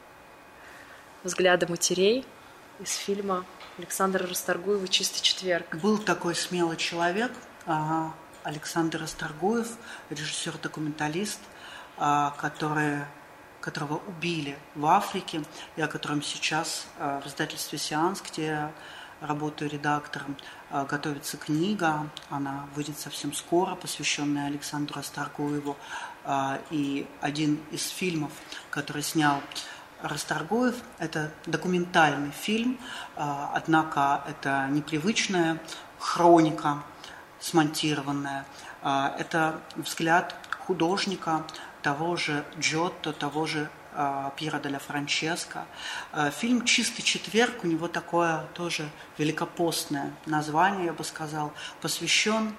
взгляды матерей из фильма Александра Расторгуева «Чистый четверг». Был такой смелый человек, Александр Расторгуев, режиссер-документалист, которого убили в Африке, и о котором сейчас в издательстве «Сеанс», где я работаю редактором, готовится книга. Она выйдет совсем скоро, посвященная Александру Расторгуеву. И один из фильмов, который снял Расторгуев, это документальный фильм, однако это непривычная хроника, смонтированная. Это взгляд художника, того же Джотто, того же Пьера де ла Франческо. Фильм «Чистый четверг», у него такое тоже великопостное название, я бы сказал, посвящен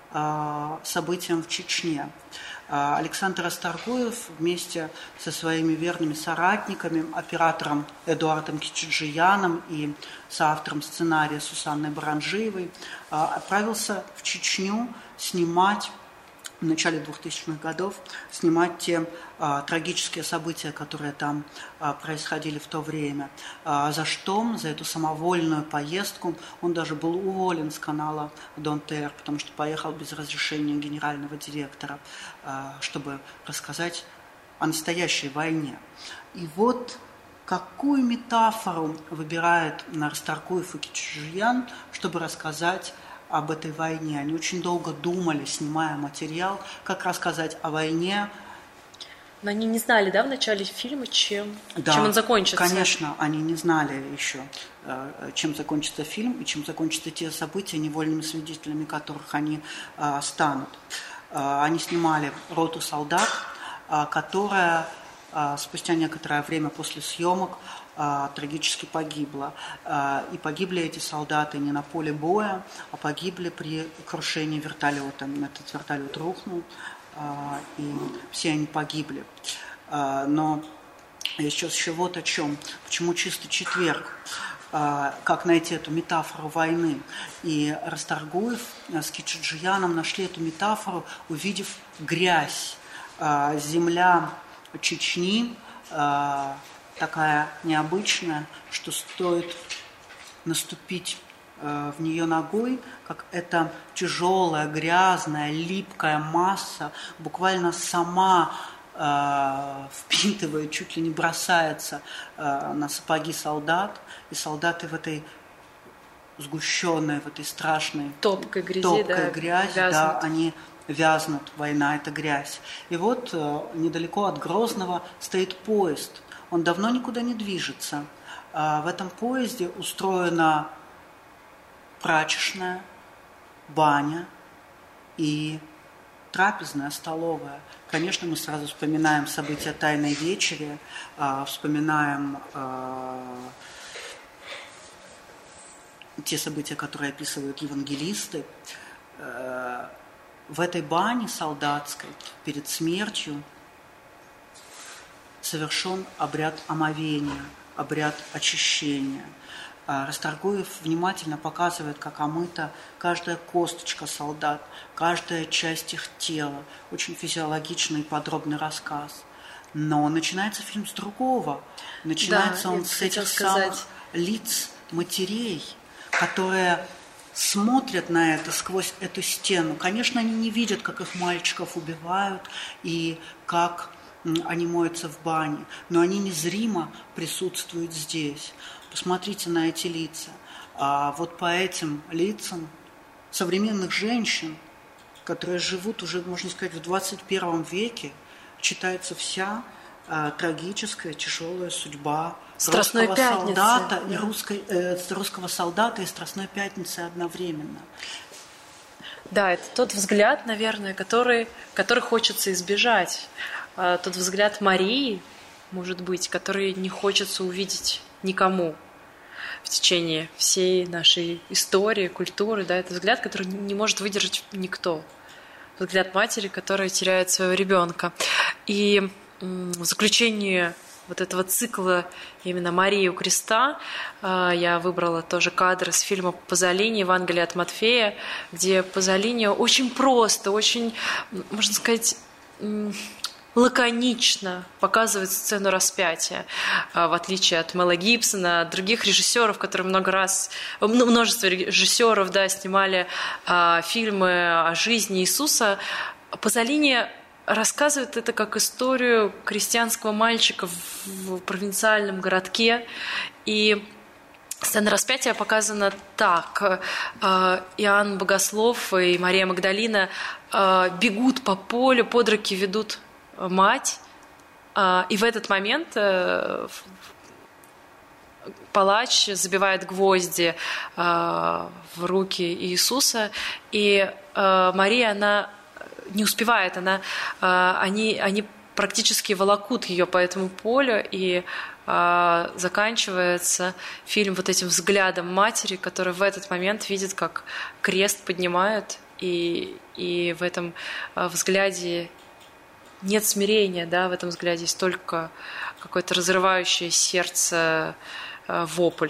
событиям в Чечне. Александр Расторгуев вместе со своими верными соратниками, оператором Эдуардом Кичиджияном и соавтором сценария Сусанной Баранжиевой, отправился в Чечню снимать в начале 2000-х годов, снимать те трагические события, которые там происходили в то время. За что? За эту самовольную поездку он даже был уволен с канала Дон ТР, потому что поехал без разрешения генерального директора, чтобы рассказать о настоящей войне. И вот какую метафору выбирает Расторгуев и Кичиджиян, чтобы рассказать об этой войне. Они очень долго думали, снимая материал, как рассказать о войне. Но они не знали, да, в начале фильма, чем он закончится? Конечно, они не знали еще, чем закончится фильм и чем закончатся те события, невольными свидетелями которых они станут. Они снимали роту солдат, которая спустя некоторое время после съемок трагически погибла. И погибли эти солдаты не на поле боя, а погибли при крушении вертолета. Этот вертолет рухнул, и все они погибли. Но я сейчас еще вот о чем. Почему чистый четверг? Как найти эту метафору войны? И Расторгуев с Кичиджияном нашли эту метафору, увидев грязь. Земля Чечни такая необычная, что стоит наступить в нее ногой, как эта тяжелая, грязная, липкая масса буквально сама впитывает, чуть ли не бросается на сапоги солдат, и солдаты в этой сгущенной, в этой страшной топкой грязи, да, они вязнут, война – это грязь. И вот недалеко от Грозного стоит поезд. он давно никуда не движется. В этом поезде устроена прачечная, баня и трапезная, столовая. Конечно, мы сразу вспоминаем события Тайной вечери, вспоминаем те события, которые описывают евангелисты. В этой бане солдатской перед смертью совершен обряд омовения, обряд очищения. Расторгуев внимательно показывает, как омыта каждая косточка солдат, каждая часть их тела. Очень физиологичный и подробный рассказ. Но начинается фильм с другого. Начинается он с этих самых лиц матерей, которые смотрят на это сквозь эту стену. Конечно, они не видят, как их мальчиков убивают и как они моются в бане, но они незримо присутствуют здесь. Посмотрите на эти лица. А вот по этим лицам современных женщин, которые живут уже, можно сказать, в 21 веке, читается вся трагическая, тяжелая судьба Страстной пятницы, солдата и русского солдата и Страстной пятницы одновременно. Да, это тот взгляд, наверное, который хочется избежать. Тот взгляд Марии, может быть, который не хочется увидеть никому в течение всей нашей истории, культуры. Да, это взгляд, который не может выдержать никто. Взгляд матери, которая теряет своего ребенка. И в заключение вот этого цикла именно «Марии у креста» я выбрала тоже кадр из фильма «Пазолини. Евангелие от Матфея», где Пазолини очень просто, очень, можно сказать, лаконично показывает сцену распятия, в отличие от Мэла Гибсона, от других режиссеров, которые множество режиссеров, да, снимали фильмы о жизни Иисуса. Пазолини рассказывает это как историю крестьянского мальчика в провинциальном городке. И сцена распятия показана так. Иоанн Богослов и Мария Магдалина бегут по полю, под руки ведут мать. И в этот момент палач забивает гвозди в руки Иисуса. И Мария, она не успевает, они практически волокут ее по этому полю, и заканчивается фильм вот этим взглядом матери, которая в этот момент видит, как крест поднимают, и в этом взгляде нет смирения, да, в этом взгляде есть только какое-то разрывающее сердце вопль.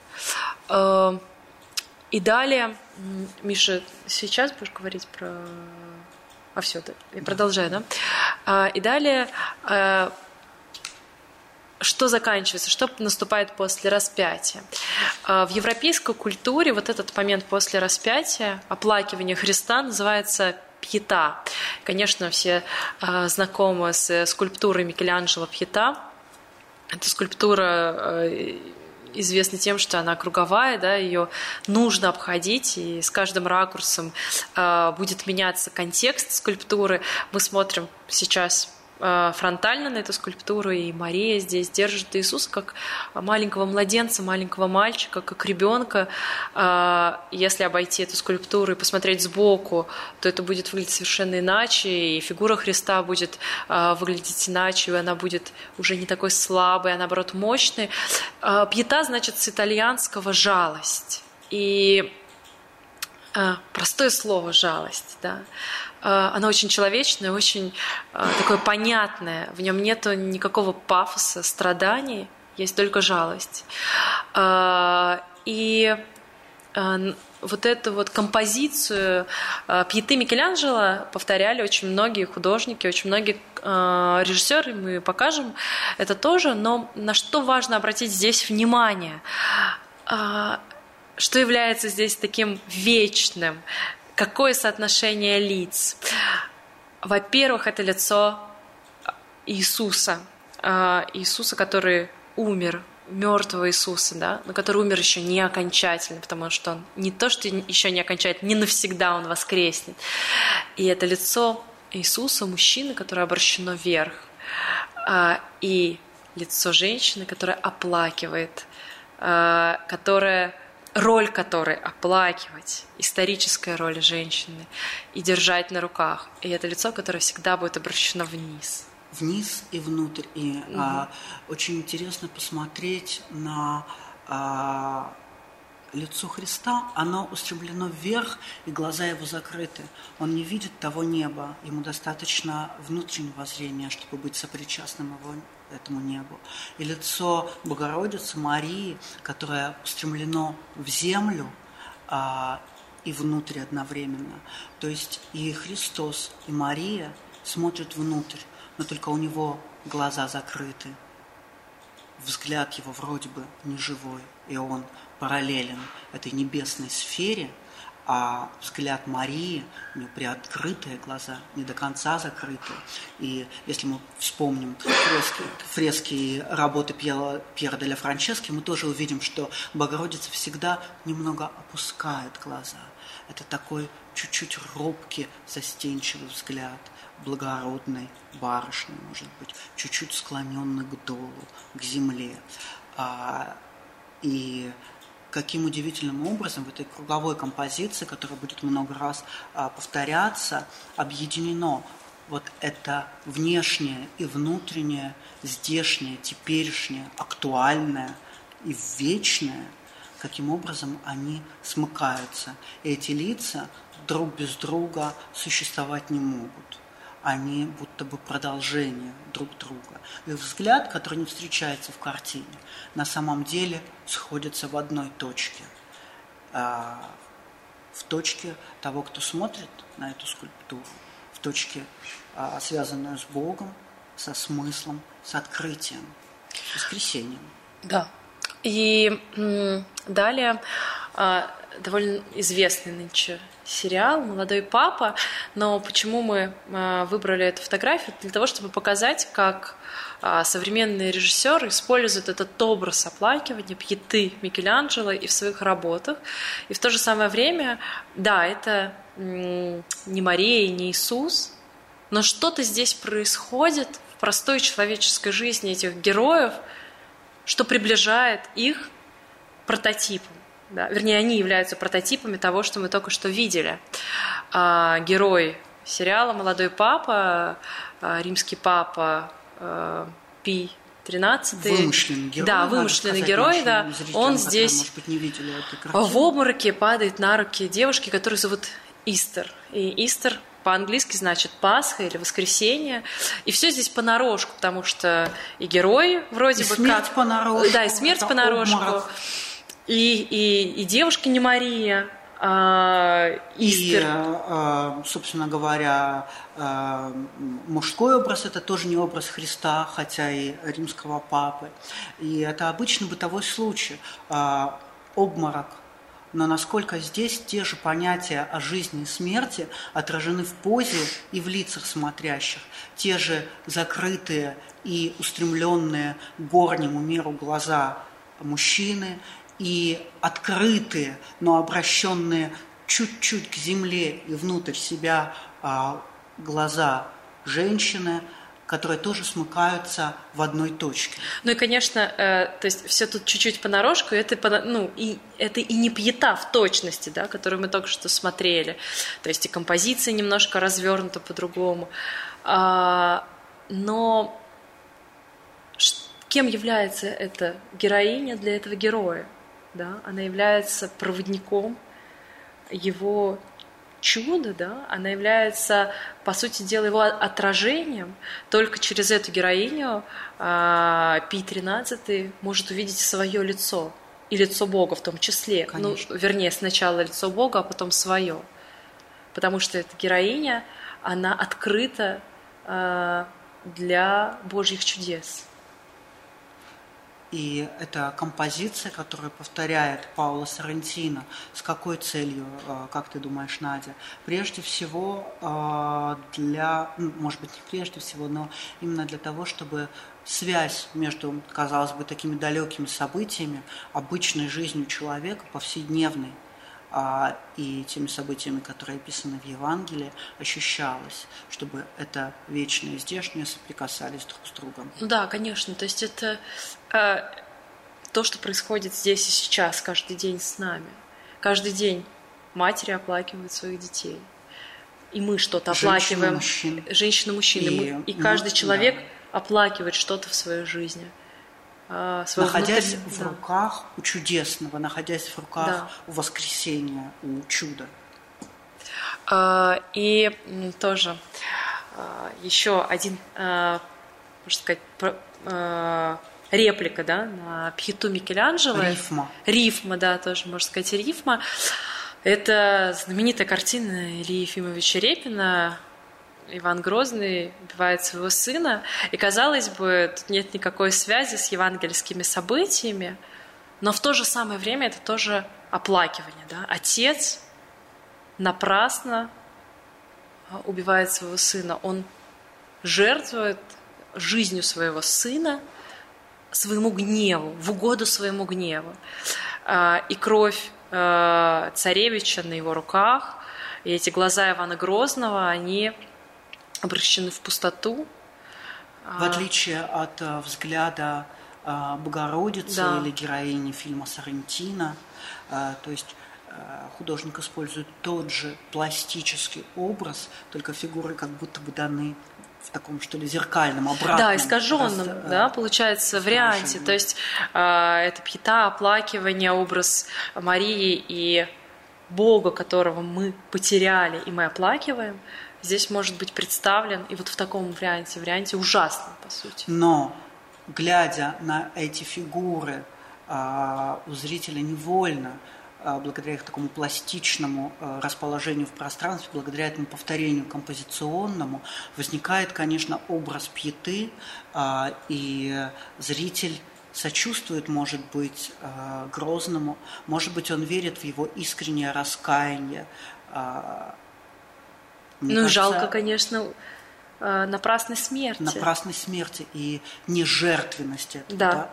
И далее, Миша, сейчас будешь говорить про... все, да, я продолжаю, да? И далее, что заканчивается, что наступает после распятия? В европейской культуре вот этот момент после распятия, оплакивания Христа, называется пьета. Конечно, все знакомы с скульптурой Микеланджело «Пьета». Эта скульптура известна тем, что она круговая, да, ее нужно обходить, и с каждым ракурсом будет меняться контекст скульптуры. Мы смотрим сейчас фронтально на эту скульптуру, и Мария здесь держит Иисуса как маленького младенца, маленького мальчика, как ребенка. Если обойти эту скульптуру и посмотреть сбоку, то это будет выглядеть совершенно иначе, и фигура Христа будет выглядеть иначе, и она будет уже не такой слабой, а наоборот мощной. Пьета значит с итальянского «жалость». И простое слово «жалость», да. Оно очень человечное, очень такое понятное. В нем нет никакого пафоса, страданий, есть только жалость. И вот эту вот композицию пьеты Микеланджело повторяли очень многие художники, очень многие режиссеры, мы покажем это тоже. Но на что важно обратить здесь внимание? Что является здесь таким вечным? Какое соотношение лиц? Во-первых, это лицо Иисуса. Иисуса, который умер, мертвого Иисуса, да, но который умер еще не окончательно, потому что он не то, что еще не окончательно, не навсегда он воскреснет. И это лицо Иисуса, мужчины, которое обращено вверх. И лицо женщины, которая оплакивает, роль которой оплакивать, историческая роль женщины и держать на руках. И это лицо, которое всегда будет обращено вниз. Вниз и внутрь. И очень интересно посмотреть на лицо Христа, оно устремлено вверх, и глаза его закрыты. Он не видит того неба. Ему достаточно внутреннего зрения, чтобы быть сопричастным этому небу. И лицо Богородицы Марии, которое устремлено в землю и внутрь одновременно. То есть и Христос, и Мария смотрят внутрь, но только у него глаза закрыты. Взгляд его вроде бы неживой, и он параллелен этой небесной сфере, а взгляд Марии, у нее приоткрытые глаза, не до конца закрытые. И если мы вспомним фрески работы Пьера де ла Франчески, мы тоже увидим, что Богородица всегда немного опускает глаза. Это такой чуть-чуть робкий, застенчивый взгляд благородной барышни, может быть, чуть-чуть склоненный к долу, к земле. И каким удивительным образом в этой круговой композиции, которая будет много раз повторяться, объединено вот это внешнее и внутреннее, здешнее, теперешнее, актуальное и вечное, каким образом они смыкаются. И эти лица друг без друга существовать не могут. Они будто бы продолжение друг друга. Их взгляд, который не встречается в картине, на самом деле сходится в одной точке. В точке того, кто смотрит на эту скульптуру, в точке, связанную с Богом, со смыслом, с открытием, с воскресением. Да. И далее довольно известный нынче сериал «Молодой папа», но почему мы выбрали эту фотографию? Для того, чтобы показать, как современные режиссеры используют этот образ оплакивания, пьеты Микеланджело и в своих работах. И в то же самое время, да, это не Мария и не Иисус, но что-то здесь происходит в простой человеческой жизни этих героев, что приближает их к прототипам. Да, вернее, они являются прототипами того, что мы только что видели. Герой сериала «Молодой папа», римский папа Пий XIII. Вымышленный герой. Да, вымышленный герой, да. Он здесь может быть, не видели эту картину. В обмороке падает на руки девушки, которую зовут Истер. И Истер по-английски значит Пасха или воскресенье. И все здесь понарошку, потому что и герой вроде бы смерть как... понарошку. Да, и смерть понарошку. И девушка не Мария, Истер. И, собственно говоря, мужской образ – это тоже не образ Христа, хотя и римского папы. И это обычный бытовой случай. Обморок. Но насколько здесь те же понятия о жизни и смерти отражены в позе и в лицах смотрящих. Те же закрытые и устремленные к горнему миру глаза мужчины – и открытые, но обращенные чуть-чуть к земле и внутрь себя глаза женщины, которые тоже смыкаются в одной точке. Ну и, конечно, то есть все тут чуть-чуть понарошку, это и не пьета в точности, да, которую мы только что смотрели. То есть и композиция немножко развернута по-другому. Но кем является эта героиня для этого героя? Да? Она является проводником его чуда, да? Она является, по сути дела, его отражением. Только через эту героиню Пий XIII может увидеть свое лицо, и лицо Бога в том числе. Конечно. Вернее, сначала лицо Бога, а потом свое. Потому что эта героиня, она открыта для Божьих чудес. И это композиция, которую повторяет Паоло Соррентино. С какой целью, как ты думаешь, Надя? Прежде всего может быть, не прежде всего, но именно для того, чтобы связь между, казалось бы, такими далекими событиями, обычной жизнью человека, повседневной, и теми событиями, которые описаны в Евангелии, ощущалось, чтобы это вечное и здешнее соприкасались друг с другом. Ну да, конечно. То есть это то, что происходит здесь и сейчас, каждый день с нами. Каждый день матери оплакивают своих детей. И мы что-то оплакиваем. Женщины, мужчины. И каждый человек оплакивает что-то в своей жизни. Находясь в руках у чудесного, находясь в руках у воскресения, у чуда. И тоже еще один, можно сказать, реплика, да, на Пьету Микеланджело. Рифма, да, тоже можно сказать, рифма. Это знаменитая картина Ильи Ефимовича Репина. Иван Грозный убивает своего сына. И, казалось бы, тут нет никакой связи с евангельскими событиями, но в то же самое время это тоже оплакивание. Да? Отец напрасно убивает своего сына. Он жертвует жизнью своего сына своему гневу, в угоду своему гневу. И кровь царевича на его руках, и эти глаза Ивана Грозного, они обращены в пустоту. В отличие от взгляда Богородицы или героини фильма Соррентино, то есть художник использует тот же пластический образ, только фигуры как будто бы даны в таком, что ли, зеркальном, обратном. Да, искаженном, да, получается, варианте. То есть это Пьета, оплакивание, образ Марии и Бога, которого мы потеряли, и мы оплакиваем, здесь может быть представлен и вот в таком варианте ужасном, по сути. Но, глядя на эти фигуры, у зрителя невольно, благодаря их такому пластичному расположению в пространстве, благодаря этому повторению композиционному, возникает, конечно, образ Пьеты, и зритель сочувствует, может быть, Грозному, может быть, он верит в его искреннее раскаяние. Жалко, конечно, напрасной смерти. Напрасной смерти и нежертвенности. Да.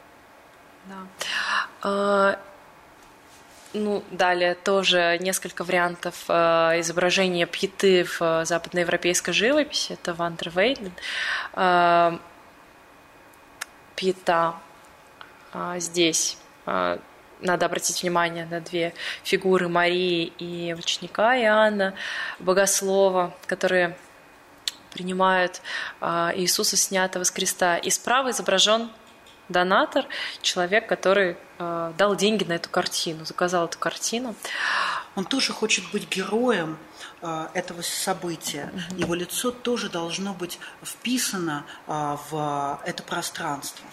Далее тоже несколько вариантов изображения Пьеты в западноевропейской живописи. Это Ван дер Вейден. Пьета здесь. Надо обратить внимание на две фигуры Марии и ученика Иоанна Богослова, которые принимают Иисуса, снятого с креста. И справа изображен донатор, человек, который дал деньги на эту картину, заказал эту картину. Он тоже хочет быть героем этого события. Его лицо тоже должно быть вписано в это пространство.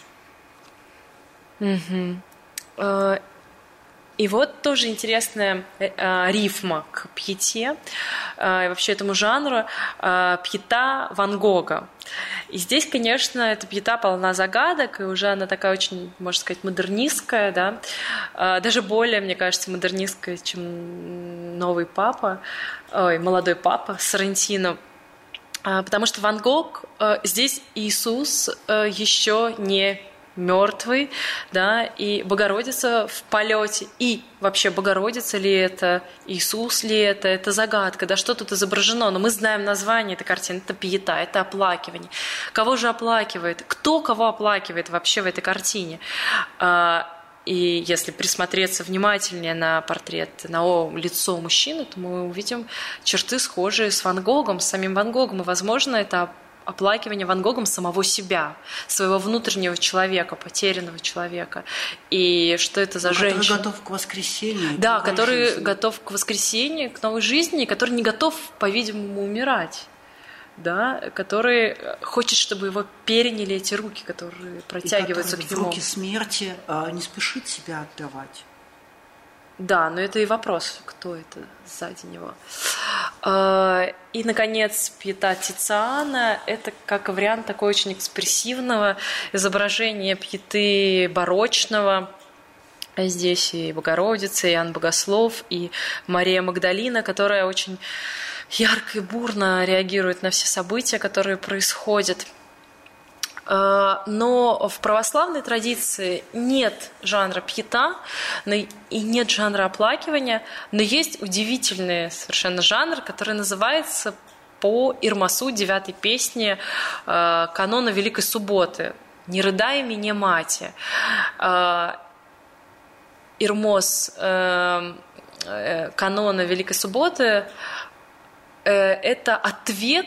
И вот тоже интересная рифма к Пьете, и вообще этому жанру, Пьета Ван Гога. И здесь, конечно, эта Пьета полна загадок, и уже она такая очень, можно сказать, модернистская, да? Даже более, мне кажется, модернистская, чем молодой папа Соррентино. Потому что Ван Гог, здесь Иисус еще не мертвый, да, и Богородица в полете. И вообще, Богородица ли это, Иисус ли это загадка, да, что тут изображено. Но мы знаем название этой картины, это Пьета, это оплакивание. Кого же оплакивает? Кто кого оплакивает вообще в этой картине? И если присмотреться внимательнее на портрет, на лицо мужчины, то мы увидим черты, схожие с Ван Гогом, с самим Ван Гогом. И, возможно, это оплакивание Ван Гогом самого себя, своего внутреннего человека, потерянного человека. И что это за женщина? Который готов к воскресению. Да, который готов к воскресению, к новой жизни, и который не готов, по-видимому, умирать. Да, который хочет, чтобы его переняли эти руки, которые протягиваются к нему. В руки смерти не спешит себя отдавать. Да, но это и вопрос, кто это сзади него. И, наконец, Пьета Тициана – это как вариант такой очень экспрессивного изображения Пьеты барочного. Здесь и Богородица, и Иоанн Богослов, и Мария Магдалина, которая очень ярко и бурно реагирует на все события, которые происходят. Но в православной традиции нет жанра пьета и нет жанра оплакивания, но есть удивительный совершенно жанр, который называется по Ирмасу 9-й песни канона Великой Субботы «Не рыдай меня, мати». Ирмос канона Великой Субботы – это ответ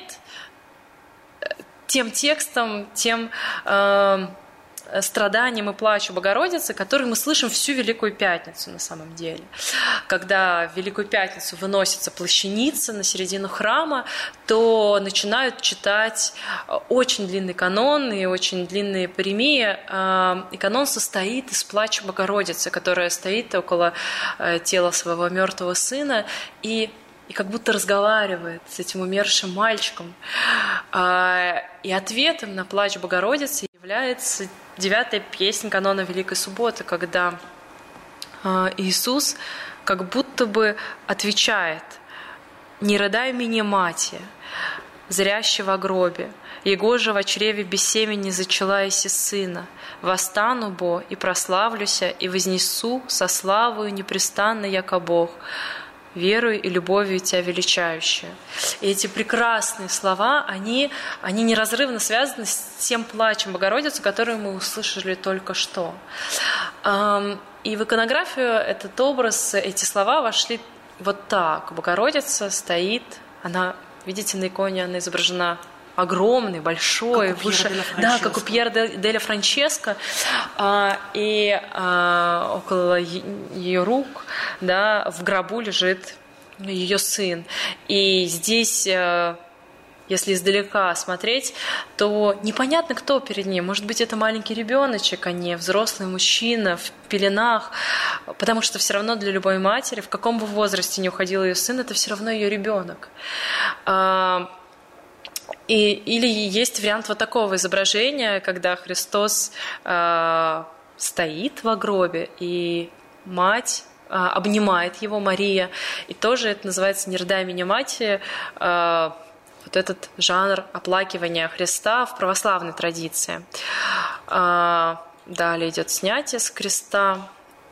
тем текстам, тем страданиям и плачу Богородицы, которые мы слышим всю Великую Пятницу на самом деле. Когда в Великую Пятницу выносится плащаница на середину храма, то начинают читать очень длинный канон и очень длинные паремии. И канон состоит из плача Богородицы, которая стоит около тела своего мертвого сына и как будто разговаривает с этим умершим мальчиком. И ответом на плач Богородицы является 9-я песня канона Великой Субботы, когда Иисус как будто бы отвечает: «Не рыдай меня, мати, зрящего гробе, его же во чреве без семени зачала еси сына. Восстану бо и прославлюся, и вознесу со славою непрестанно, яко Бог, верою и любовью тебя величающая». И эти прекрасные слова, они неразрывно связаны с тем плачем Богородицы, который мы услышали только что. И в иконографию этот образ, эти слова вошли вот так. Богородица стоит, она, видите, на иконе она изображена огромный, большой, выше, да, как у Пьера Деля Франческо, и около ее рук, да, в гробу лежит ее сын. И здесь, если издалека смотреть, то непонятно, кто перед ней. Может быть, это маленький ребеночек, а не взрослый мужчина в пеленах, потому что все равно для любой матери, в каком бы возрасте ни уходил ее сын, это все равно ее ребенок. Или есть вариант вот такого изображения, когда Христос стоит во гробе, и мать обнимает его, Мария, и тоже это называется «Не рыдай меня, мати», вот этот жанр оплакивания Христа в православной традиции. Далее идет снятие с креста,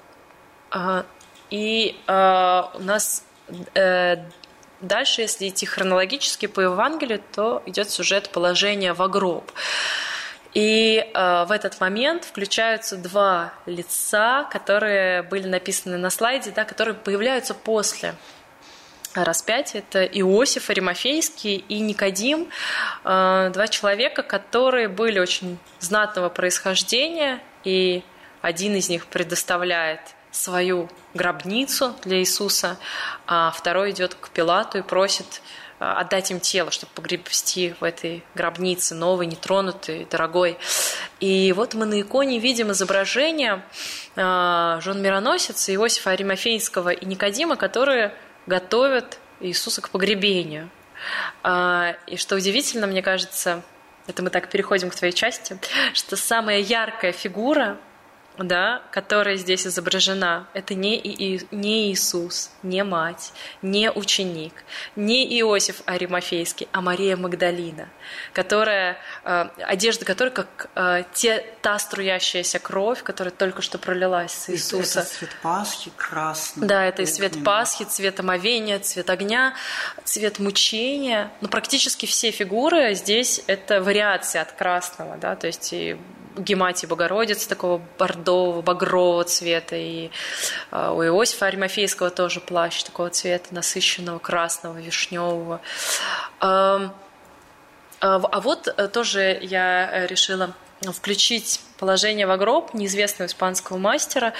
и у нас дальше, если идти хронологически по Евангелию, то идет сюжет положения во гроб. И в этот момент включаются два лица, которые были написаны на слайде, да, которые появляются после распятия. Это Иосиф Аримафейский и Никодим, два человека, которые были очень знатного происхождения, и один из них предоставляет свою гробницу для Иисуса, а второй идет к Пилату и просит отдать им тело, чтобы погребсти в этой гробнице, новой, нетронутой, дорогой. И вот мы на иконе видим изображение жен мироносицы Иосифа Аримафейского и Никодима, которые готовят Иисуса к погребению. И что удивительно, мне кажется, это мы так переходим к твоей части, что самая яркая фигура, да, которая здесь изображена, это не Иисус, не мать, не ученик, не Иосиф Аримафейский, а Мария Магдалина, которая, одежда которой как та струящаяся кровь, которая только что пролилась с Иисуса. Это цвет Пасхи красный. Да, это и цвет Пасхи, цвет омовения, цвет огня, цвет мучения. Но практически все фигуры здесь это вариация от красного, да, то есть и Гематии Богородицы такого бордового, багрового цвета, и у Иосифа Аримафейского тоже плащ такого цвета, насыщенного, красного, вишневого. А вот тоже я решила включить положение во гроб неизвестного испанского мастера.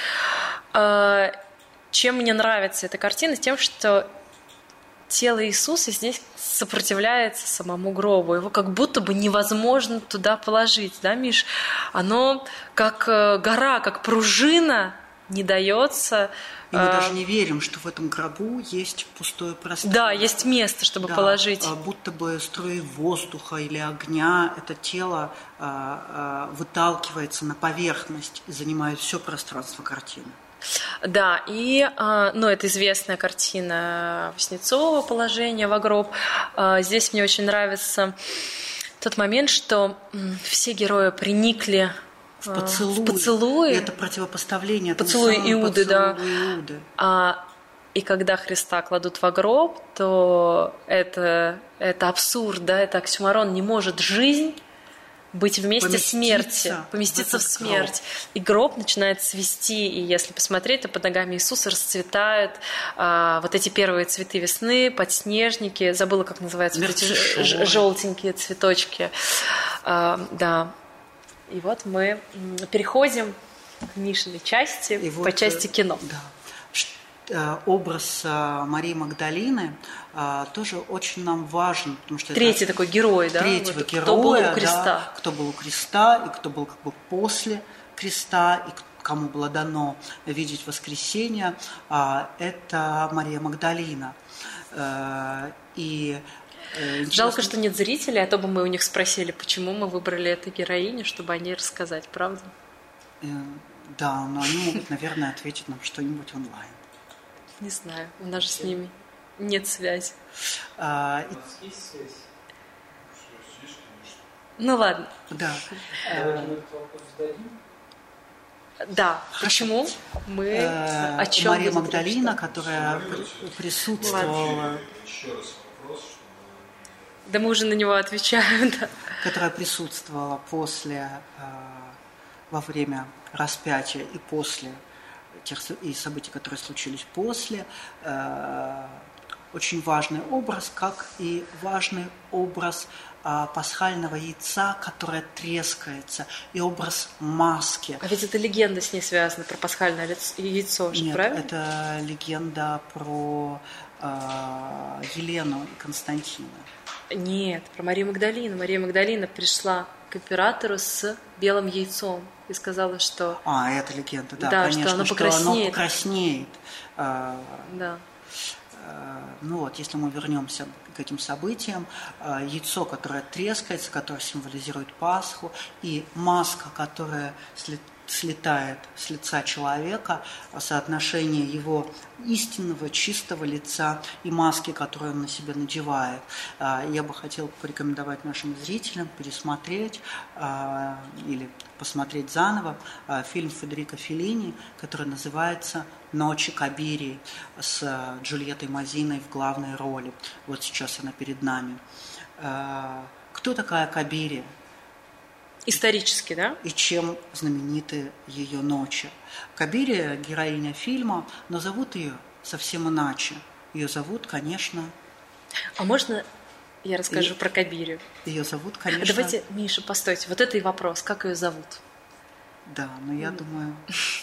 Чем мне нравится эта картина? Тем, что тело Иисуса здесь сопротивляется самому гробу. Его как будто бы невозможно туда положить. Да, Миш? Оно как гора, как пружина не дается. И мы даже не верим, что в этом гробу есть пустое пространство. Да, есть место, чтобы положить. Будто бы струи воздуха или огня это тело выталкивается на поверхность и занимает все пространство картины. Да, и это известная картина Васнецова «Положение во гроб». Здесь мне очень нравится Тот момент, что все герои приникли в поцелуи. Это противопоставление. Поцелуи Иуды, да. Иуды. И когда Христа кладут в гроб, то это абсурд, да, это оксюморон. Не может жизнь быть вместе смерти, поместиться в смерть. И гроб начинает цвести, и если посмотреть, то под ногами Иисуса расцветают вот эти первые цветы весны, подснежники, забыла, как называются, вот эти желтенькие цветочки. Да. И вот мы переходим к Мишиной части, по части кино. Да. Образ Марии Магдалины тоже очень нам важен, потому что третий такой герой, да? Третьего вот, героя, кто был у креста. Да, кто был у креста, и кто был как бы после креста, и кому было дано видеть воскресение, это Мария Магдалина. И жалко, что нет зрителей, а то бы мы у них спросили, почему мы выбрали эту героиню, чтобы о ней рассказать, правда? Да, но они могут, наверное, ответить нам что-нибудь онлайн. Не знаю, у нас же с ними нет связи. Есть связь? Ну ладно. Да. Да. Почему? Мы о чем? Мария Магдалина, которая присутствовала. Еще раз вопрос. Да мы уже на него отвечаем, да. Которая присутствовала во время распятия и после тех событий, которые случились после. Очень важный образ, как и важный образ пасхального яйца, которое трескается, и образ маски. А ведь это легенда с ней связана, про пасхальное яйцо же, нет, правильно? Это легенда про Елену и Константина. Нет, про Марию Магдалину. Мария Магдалина пришла к императору с белым яйцом и сказала, что... это легенда, да, да, конечно, что оно покраснеет. Да. Ну вот, если мы вернемся к этим событиям, яйцо, которое трескается, которое символизирует Пасху, и маска, которая слетает с лица человека, соотношение его истинного, чистого лица и маски, которую он на себя надевает. Я бы хотела порекомендовать нашим зрителям пересмотреть или посмотреть заново фильм Федерико Феллини, который называется «Ночи Кабирии» с Джульеттой Мазиной в главной роли. Вот сейчас она перед нами. Кто такая Кабирия? Исторически, да? И чем знамениты ее ночи. Кабирия – героиня фильма, но зовут ее совсем иначе. Ее зовут, конечно... А можно я расскажу про Кабирию? Ее зовут, конечно... Давайте, Миша, постойте. Вот это и вопрос. Как ее зовут? Да, но я думаю...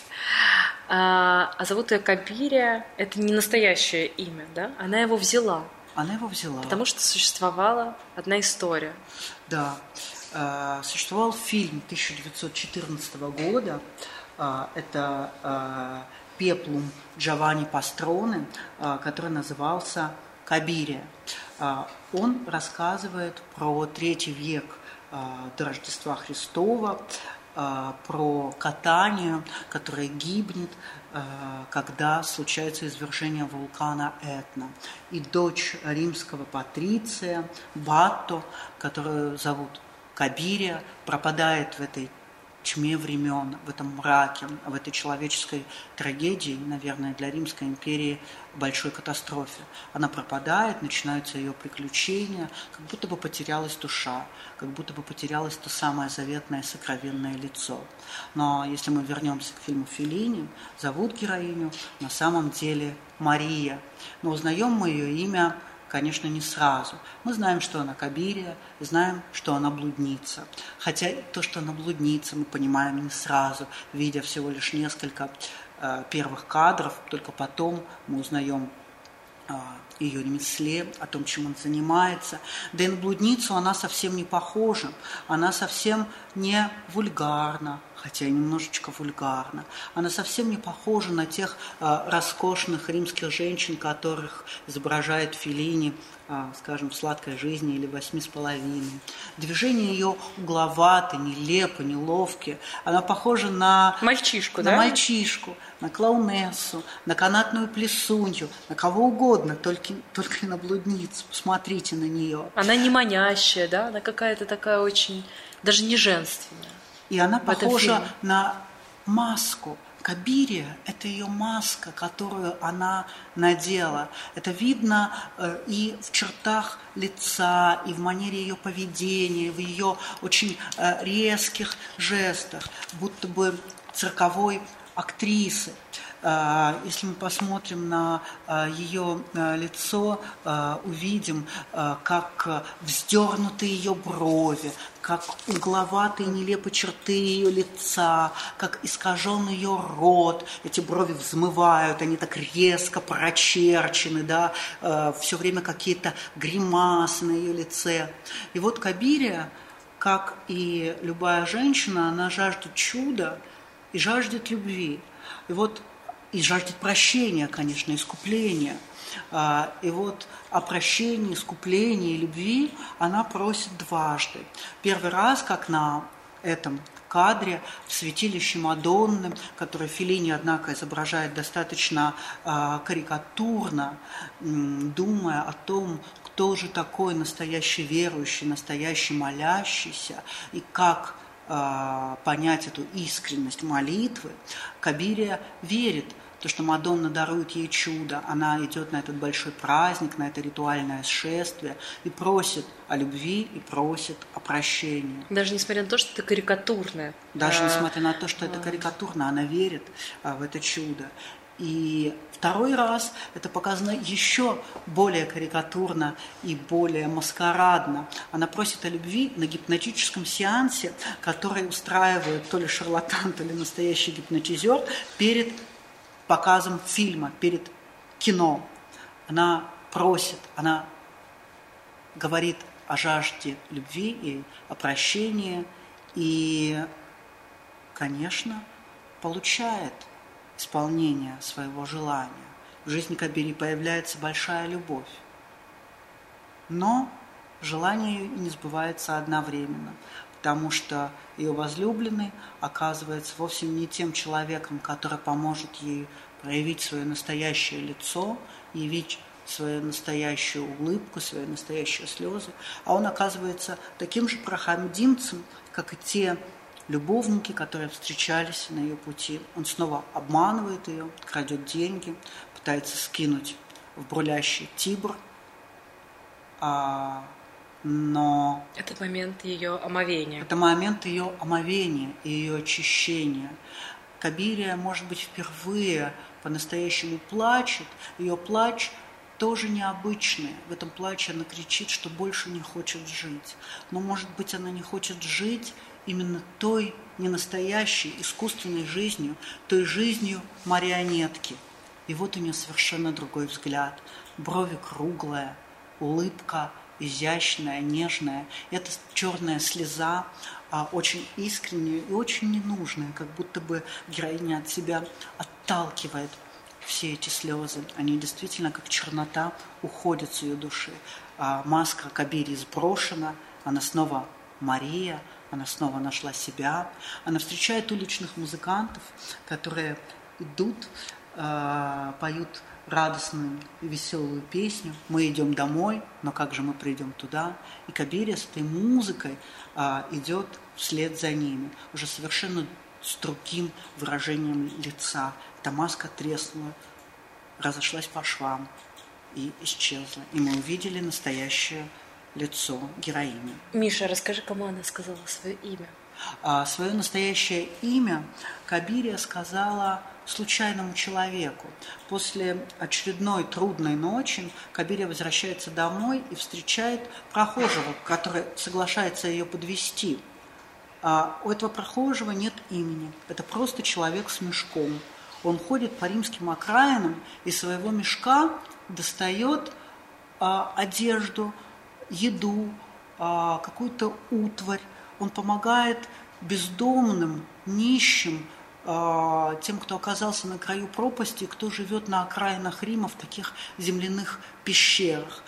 А зовут ее Кабирия. Это не настоящее имя, да? Она его взяла. Она его взяла. Потому что существовала одна история. Да. Существовал фильм 1914 года. Это «Пеплум» Джованни Пастроне, который назывался «Кабирия». Он рассказывает про 3 век до Рождества Христова, про Катанию, которая гибнет, когда случается извержение вулкана Этна. И дочь римского патриция Батто, которую зовут Кабирия, пропадает в этой тьме времен, в этом мраке, в этой человеческой трагедии, наверное, для Римской империи большой катастрофе. Она пропадает, начинаются ее приключения, как будто бы потерялась душа, как будто бы потерялось то самое заветное, сокровенное лицо. Но если мы вернемся к фильму Феллини, зовут героиню на самом деле Мария. Но узнаем мы ее имя, конечно, не сразу. Мы знаем, что она Кабирия, знаем, что она блудница. Хотя то, что она блудница, мы понимаем не сразу, видя всего лишь несколько первых кадров, только потом мы узнаем ее ремесле, о том, чем он занимается. Да и на блудницу она совсем не похожа, она совсем не вульгарна, хотя и немножечко вульгарна. Она совсем не похожа на тех роскошных римских женщин, которых изображает Феллини, скажем, в «Сладкой жизни» или «8,5». Движения ее угловаты, нелепы, неловкие. Она похожа на мальчишку, на клоунессу, на канатную плесунью, на кого угодно, только только на блудницу. Посмотрите на нее. Она не манящая, да? Она какая-то такая очень, даже не женственная. И она похожа на маску. Кабирия – это ее маска, которую она надела. Это видно и в чертах лица, и в манере ее поведения, в ее очень резких жестах, будто бы цирковой актрисы. Если мы посмотрим на ее лицо, увидим, как вздернуты ее брови, как угловатые нелепые черты ее лица, как искажен ее рот. Эти брови взмывают, они так резко прочерчены, да, все время какие-то гримасы на ее лице. И вот Кабирия, как и любая женщина, она жаждет чуда и жаждет любви. И жаждет прощения, конечно, искупления. И вот о прощении, искуплении и любви она просит дважды. Первый раз, как на этом кадре в святилище Мадонны, которое Феллини, однако, изображает достаточно карикатурно, думая о том, кто же такой настоящий верующий, настоящий молящийся, и как понять эту искренность молитвы, Кабирия верит, то, что Мадонна дарует ей чудо. Она идет на этот большой праздник, на это ритуальное шествие и просит о любви, и просит о прощении. Даже несмотря на то, что это карикатурное. Даже несмотря на то, что это карикатурно, она верит в это чудо. И второй раз это показано еще более карикатурно и более маскарадно. Она просит о любви на гипнотическом сеансе, который устраивает то ли шарлатан, то ли настоящий гипнотизер перед показом фильма, перед кино. Она просит, она говорит о жажде любви и о прощении, и, конечно, получает исполнение своего желания. В жизни Кабирии появляется большая любовь. Но желание ее не сбывается одновременно, потому что ее возлюбленный оказывается вовсе не тем человеком, который поможет ей проявить свое настоящее лицо, явить свою настоящую улыбку, свои настоящие слезы, а он оказывается таким же проходимцем, как и те любовники, которые встречались на ее пути. Он снова обманывает ее, крадет деньги, пытается скинуть в бурлящий Тибр, но это момент ее омовения. Это момент ее омовения и ее очищения. Кабирия, может быть, впервые по-настоящему плачет. Ее плач тоже необычный. В этом плаче она кричит, что больше не хочет жить. Но, может быть, она не хочет жить именно той ненастоящей, искусственной жизнью, той жизнью марионетки. И вот у нее совершенно другой взгляд. Брови круглые, улыбка изящная, нежная. Это черная слеза, очень искренняя и очень ненужная, как будто бы героиня от себя отталкивает все эти слезы. Они действительно, как чернота, уходят с ее души. Маска Кабирии сброшена, она снова Мария, она снова нашла себя. Она встречает уличных музыкантов, которые идут, поют радостную и веселую песню. Мы идем домой, но как же мы придем туда? И Кабирия с этой музыкой идет вслед за ними, уже совершенно с другим выражением лица. Эта маска треснула, разошлась по швам и исчезла. И мы увидели настоящее лицо героини. Миша, расскажи, кому она сказала свое имя? Свое настоящее имя Кабирия сказала случайному человеку. После очередной трудной ночи Кабирия возвращается домой и встречает прохожего, который соглашается ее подвезти. У этого прохожего нет имени. Это просто человек с мешком. Он ходит по римским окраинам, из своего мешка достает одежду, еду, какую-то утварь. Он помогает бездомным, нищим, тем, кто оказался на краю пропасти, кто живет на окраинах Рима в таких земляных пещерах,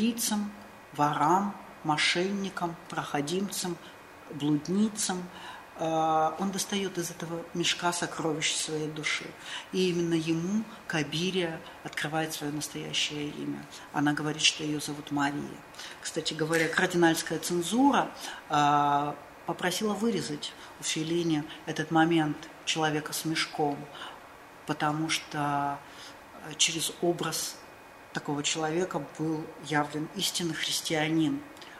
убийцам, ворам, мошенникам, проходимцам, блудницам. он достает из этого мешка сокровищ своей души. И именно ему Кабирия открывает свое настоящее имя. Она говорит, что ее зовут Мария. Кстати говоря, кардинальская цензура попросила вырезать у Феллини этот момент человека с мешком, потому что через образ такого человека был явлен истинный христианин,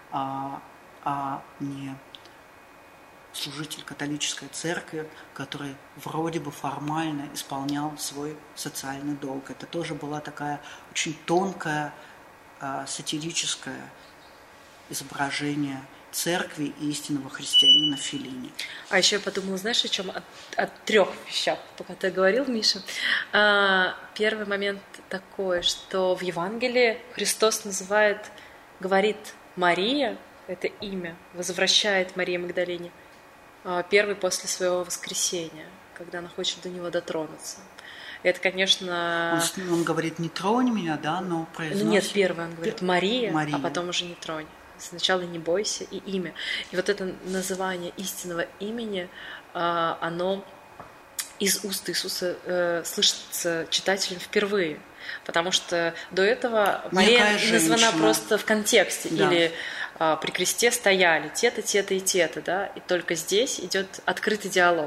а не служитель католической церкви, который вроде бы формально исполнял свой социальный долг. Это тоже была такая очень тонкое, сатирическое изображение церкви и истинного христианина Феллини. А еще я подумала, знаешь, о чем? О 3 вещах, пока ты говорил, Миша. Первый момент такой, что в Евангелии Христос говорит Мария, это имя, возвращает Марии Магдалине, первый после своего воскресения, когда она хочет до него дотронуться. Это, конечно... Он говорит, не тронь меня, да, но произносит... Нет, первый он говорит Мария, а потом уже не тронь. Сначала не бойся и имя. И вот это называние истинного имени, оно из уст Иисуса слышится читателям впервые. Потому что до этого Мария названа просто в контексте. Да. Или при кресте стояли те-то, те-то и те-то. Да? И только здесь идет открытый диалог.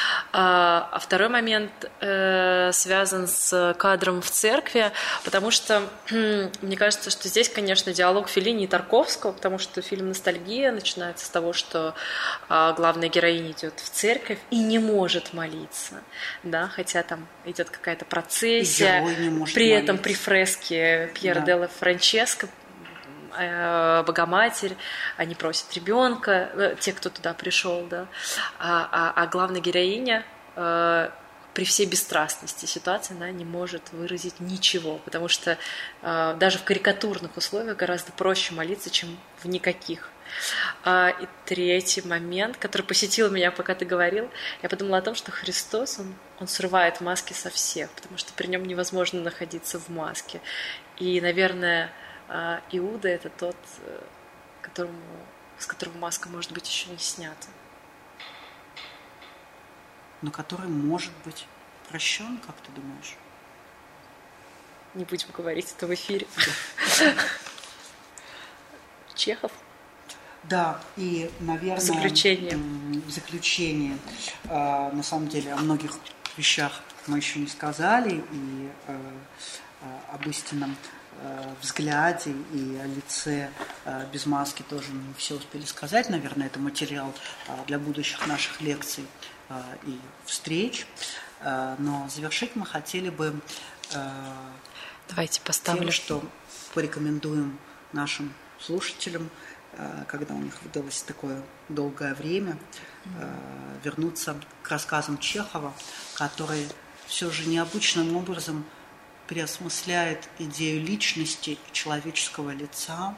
А второй момент связан с кадром в церкви, потому что мне кажется, что здесь, конечно, диалог Феллини и Тарковского, потому что фильм «Ностальгия» начинается с того, что главная героиня идет в церковь и не может молиться, да? Хотя там идет какая-то процессия, при этом при фреске Пьера делла Франческо Богоматерь, они просят ребенка, те, кто туда пришел, да, а главная героиня при всей бесстрастности ситуации она не может выразить ничего, потому что даже в карикатурных условиях гораздо проще молиться, чем в никаких. И третий момент, который посетил меня, пока ты говорил, я подумала о том, что Христос, он срывает маски со всех, потому что при нем невозможно находиться в маске. И, наверное, Иуда — это тот, с которого маска, может быть, еще не снята. Но который может быть прощен, как ты думаешь? Не будем говорить это в эфире. Чехов? Да, и, наверное, в заключение, на самом деле, о многих вещах мы еще не сказали, и об истинном взгляде и о лице без маски тоже не все успели сказать. Наверное, это материал для будущих наших лекций и встреч. Но завершить мы хотели бы Давайте поставлю. тем, что порекомендуем нашим слушателям, когда у них выдалось такое долгое время, вернуться к рассказам Чехова, который все же необычным образом переосмысляет идею личности и человеческого лица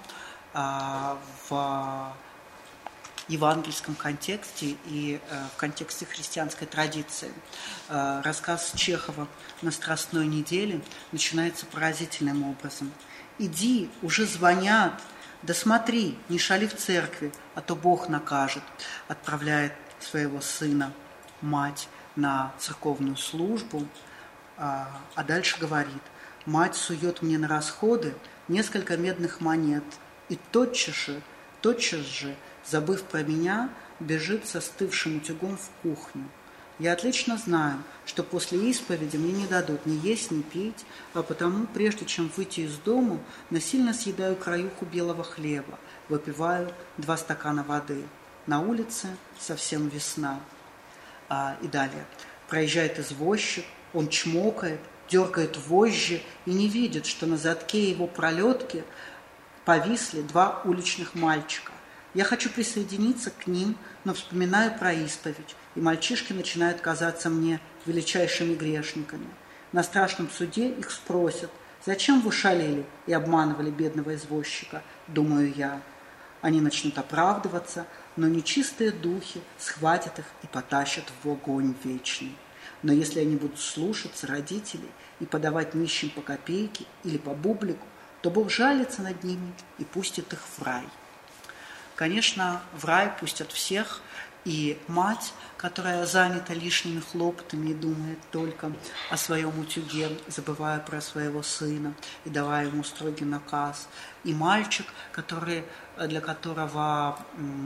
в евангельском контексте и в контексте христианской традиции. Рассказ Чехова «На Страстной неделе» начинается поразительным образом. «Иди, уже звонят, да смотри, не шали в церкви, а то Бог накажет», отправляет своего сына мать на церковную службу, а дальше говорит: «Мать сует мне на расходы несколько медных монет, и тотчас же, забыв про меня, бежит со остывшим утюгом в кухню. Я отлично знаю, что после исповеди мне не дадут ни есть, ни пить, а потому, прежде чем выйти из дому, насильно съедаю краюху белого хлеба, выпиваю 2 стакана воды. На улице совсем весна». И далее. Проезжает извозчик, он чмокает, дергает вожжи и не видит, что на задке его пролетки повисли 2 уличных мальчика. Я хочу присоединиться к ним, но вспоминаю про исповедь, и мальчишки начинают казаться мне величайшими грешниками. На страшном суде их спросят: «Зачем вы шалили и обманывали бедного извозчика?» Думаю я. Они начнут оправдываться, но нечистые духи схватят их и потащат в огонь вечный. Но если они будут слушаться родителей и подавать нищим по копейке или по бублику, то Бог жалится над ними и пустит их в рай. Конечно, в рай пустят всех, и мать, которая занята лишними хлопотами и думает только о своем утюге, забывая про своего сына и давая ему строгий наказ, и мальчик, для которого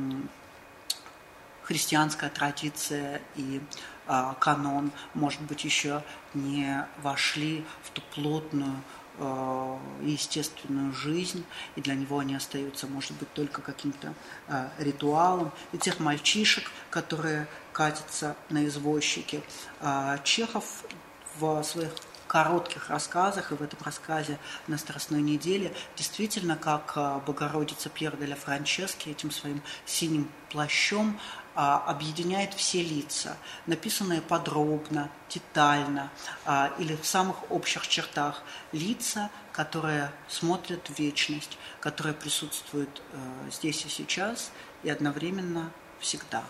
христианская традиция и канон, может быть, еще не вошли в ту плотную и естественную жизнь, и для него они остаются, может быть, только каким-то ритуалом, и тех мальчишек, которые катятся на извозчике. Чехов в своих коротких рассказах, и в этом рассказе «На Страстной неделе» действительно, как Богородица Пьер де ла Франчески, этим своим синим плащом объединяет все лица, написанные подробно, детально или в самых общих чертах. Лица, которые смотрят в вечность, которые присутствуют здесь и сейчас, и одновременно всегда.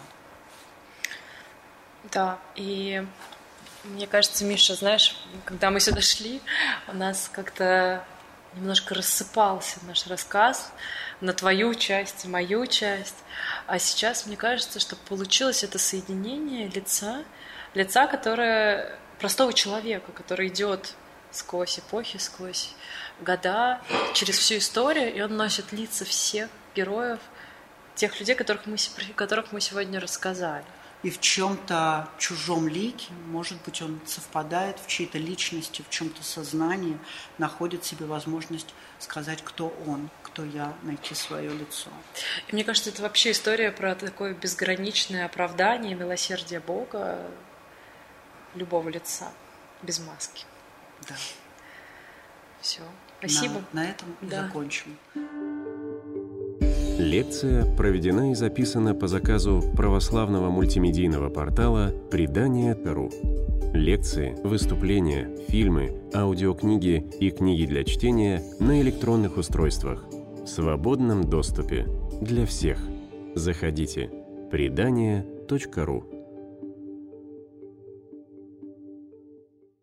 Да, и мне кажется, Миша, знаешь, когда мы сюда шли, у нас как-то немножко рассыпался наш рассказ на твою часть и мою часть. А сейчас мне кажется, что получилось это соединение лица, которое простого человека, который идет сквозь эпохи, сквозь года, через всю историю, и он носит лица всех героев, тех людей, которых мы сегодня рассказали. И в чем-то чужом лике, может быть, он совпадает в чьей-то личности, в чем-то сознании, находит себе возможность сказать, кто он, кто я, найти свое лицо. И мне кажется, это вообще история про такое безграничное оправдание, милосердие Бога, любого лица, без маски. Да. Все. Спасибо. На этом закончим. Лекция проведена и записана по заказу православного мультимедийного портала «Предания.ру». Лекции, выступления, фильмы, аудиокниги и книги для чтения на электронных устройствах в свободном доступе для всех. Заходите. Предания.ру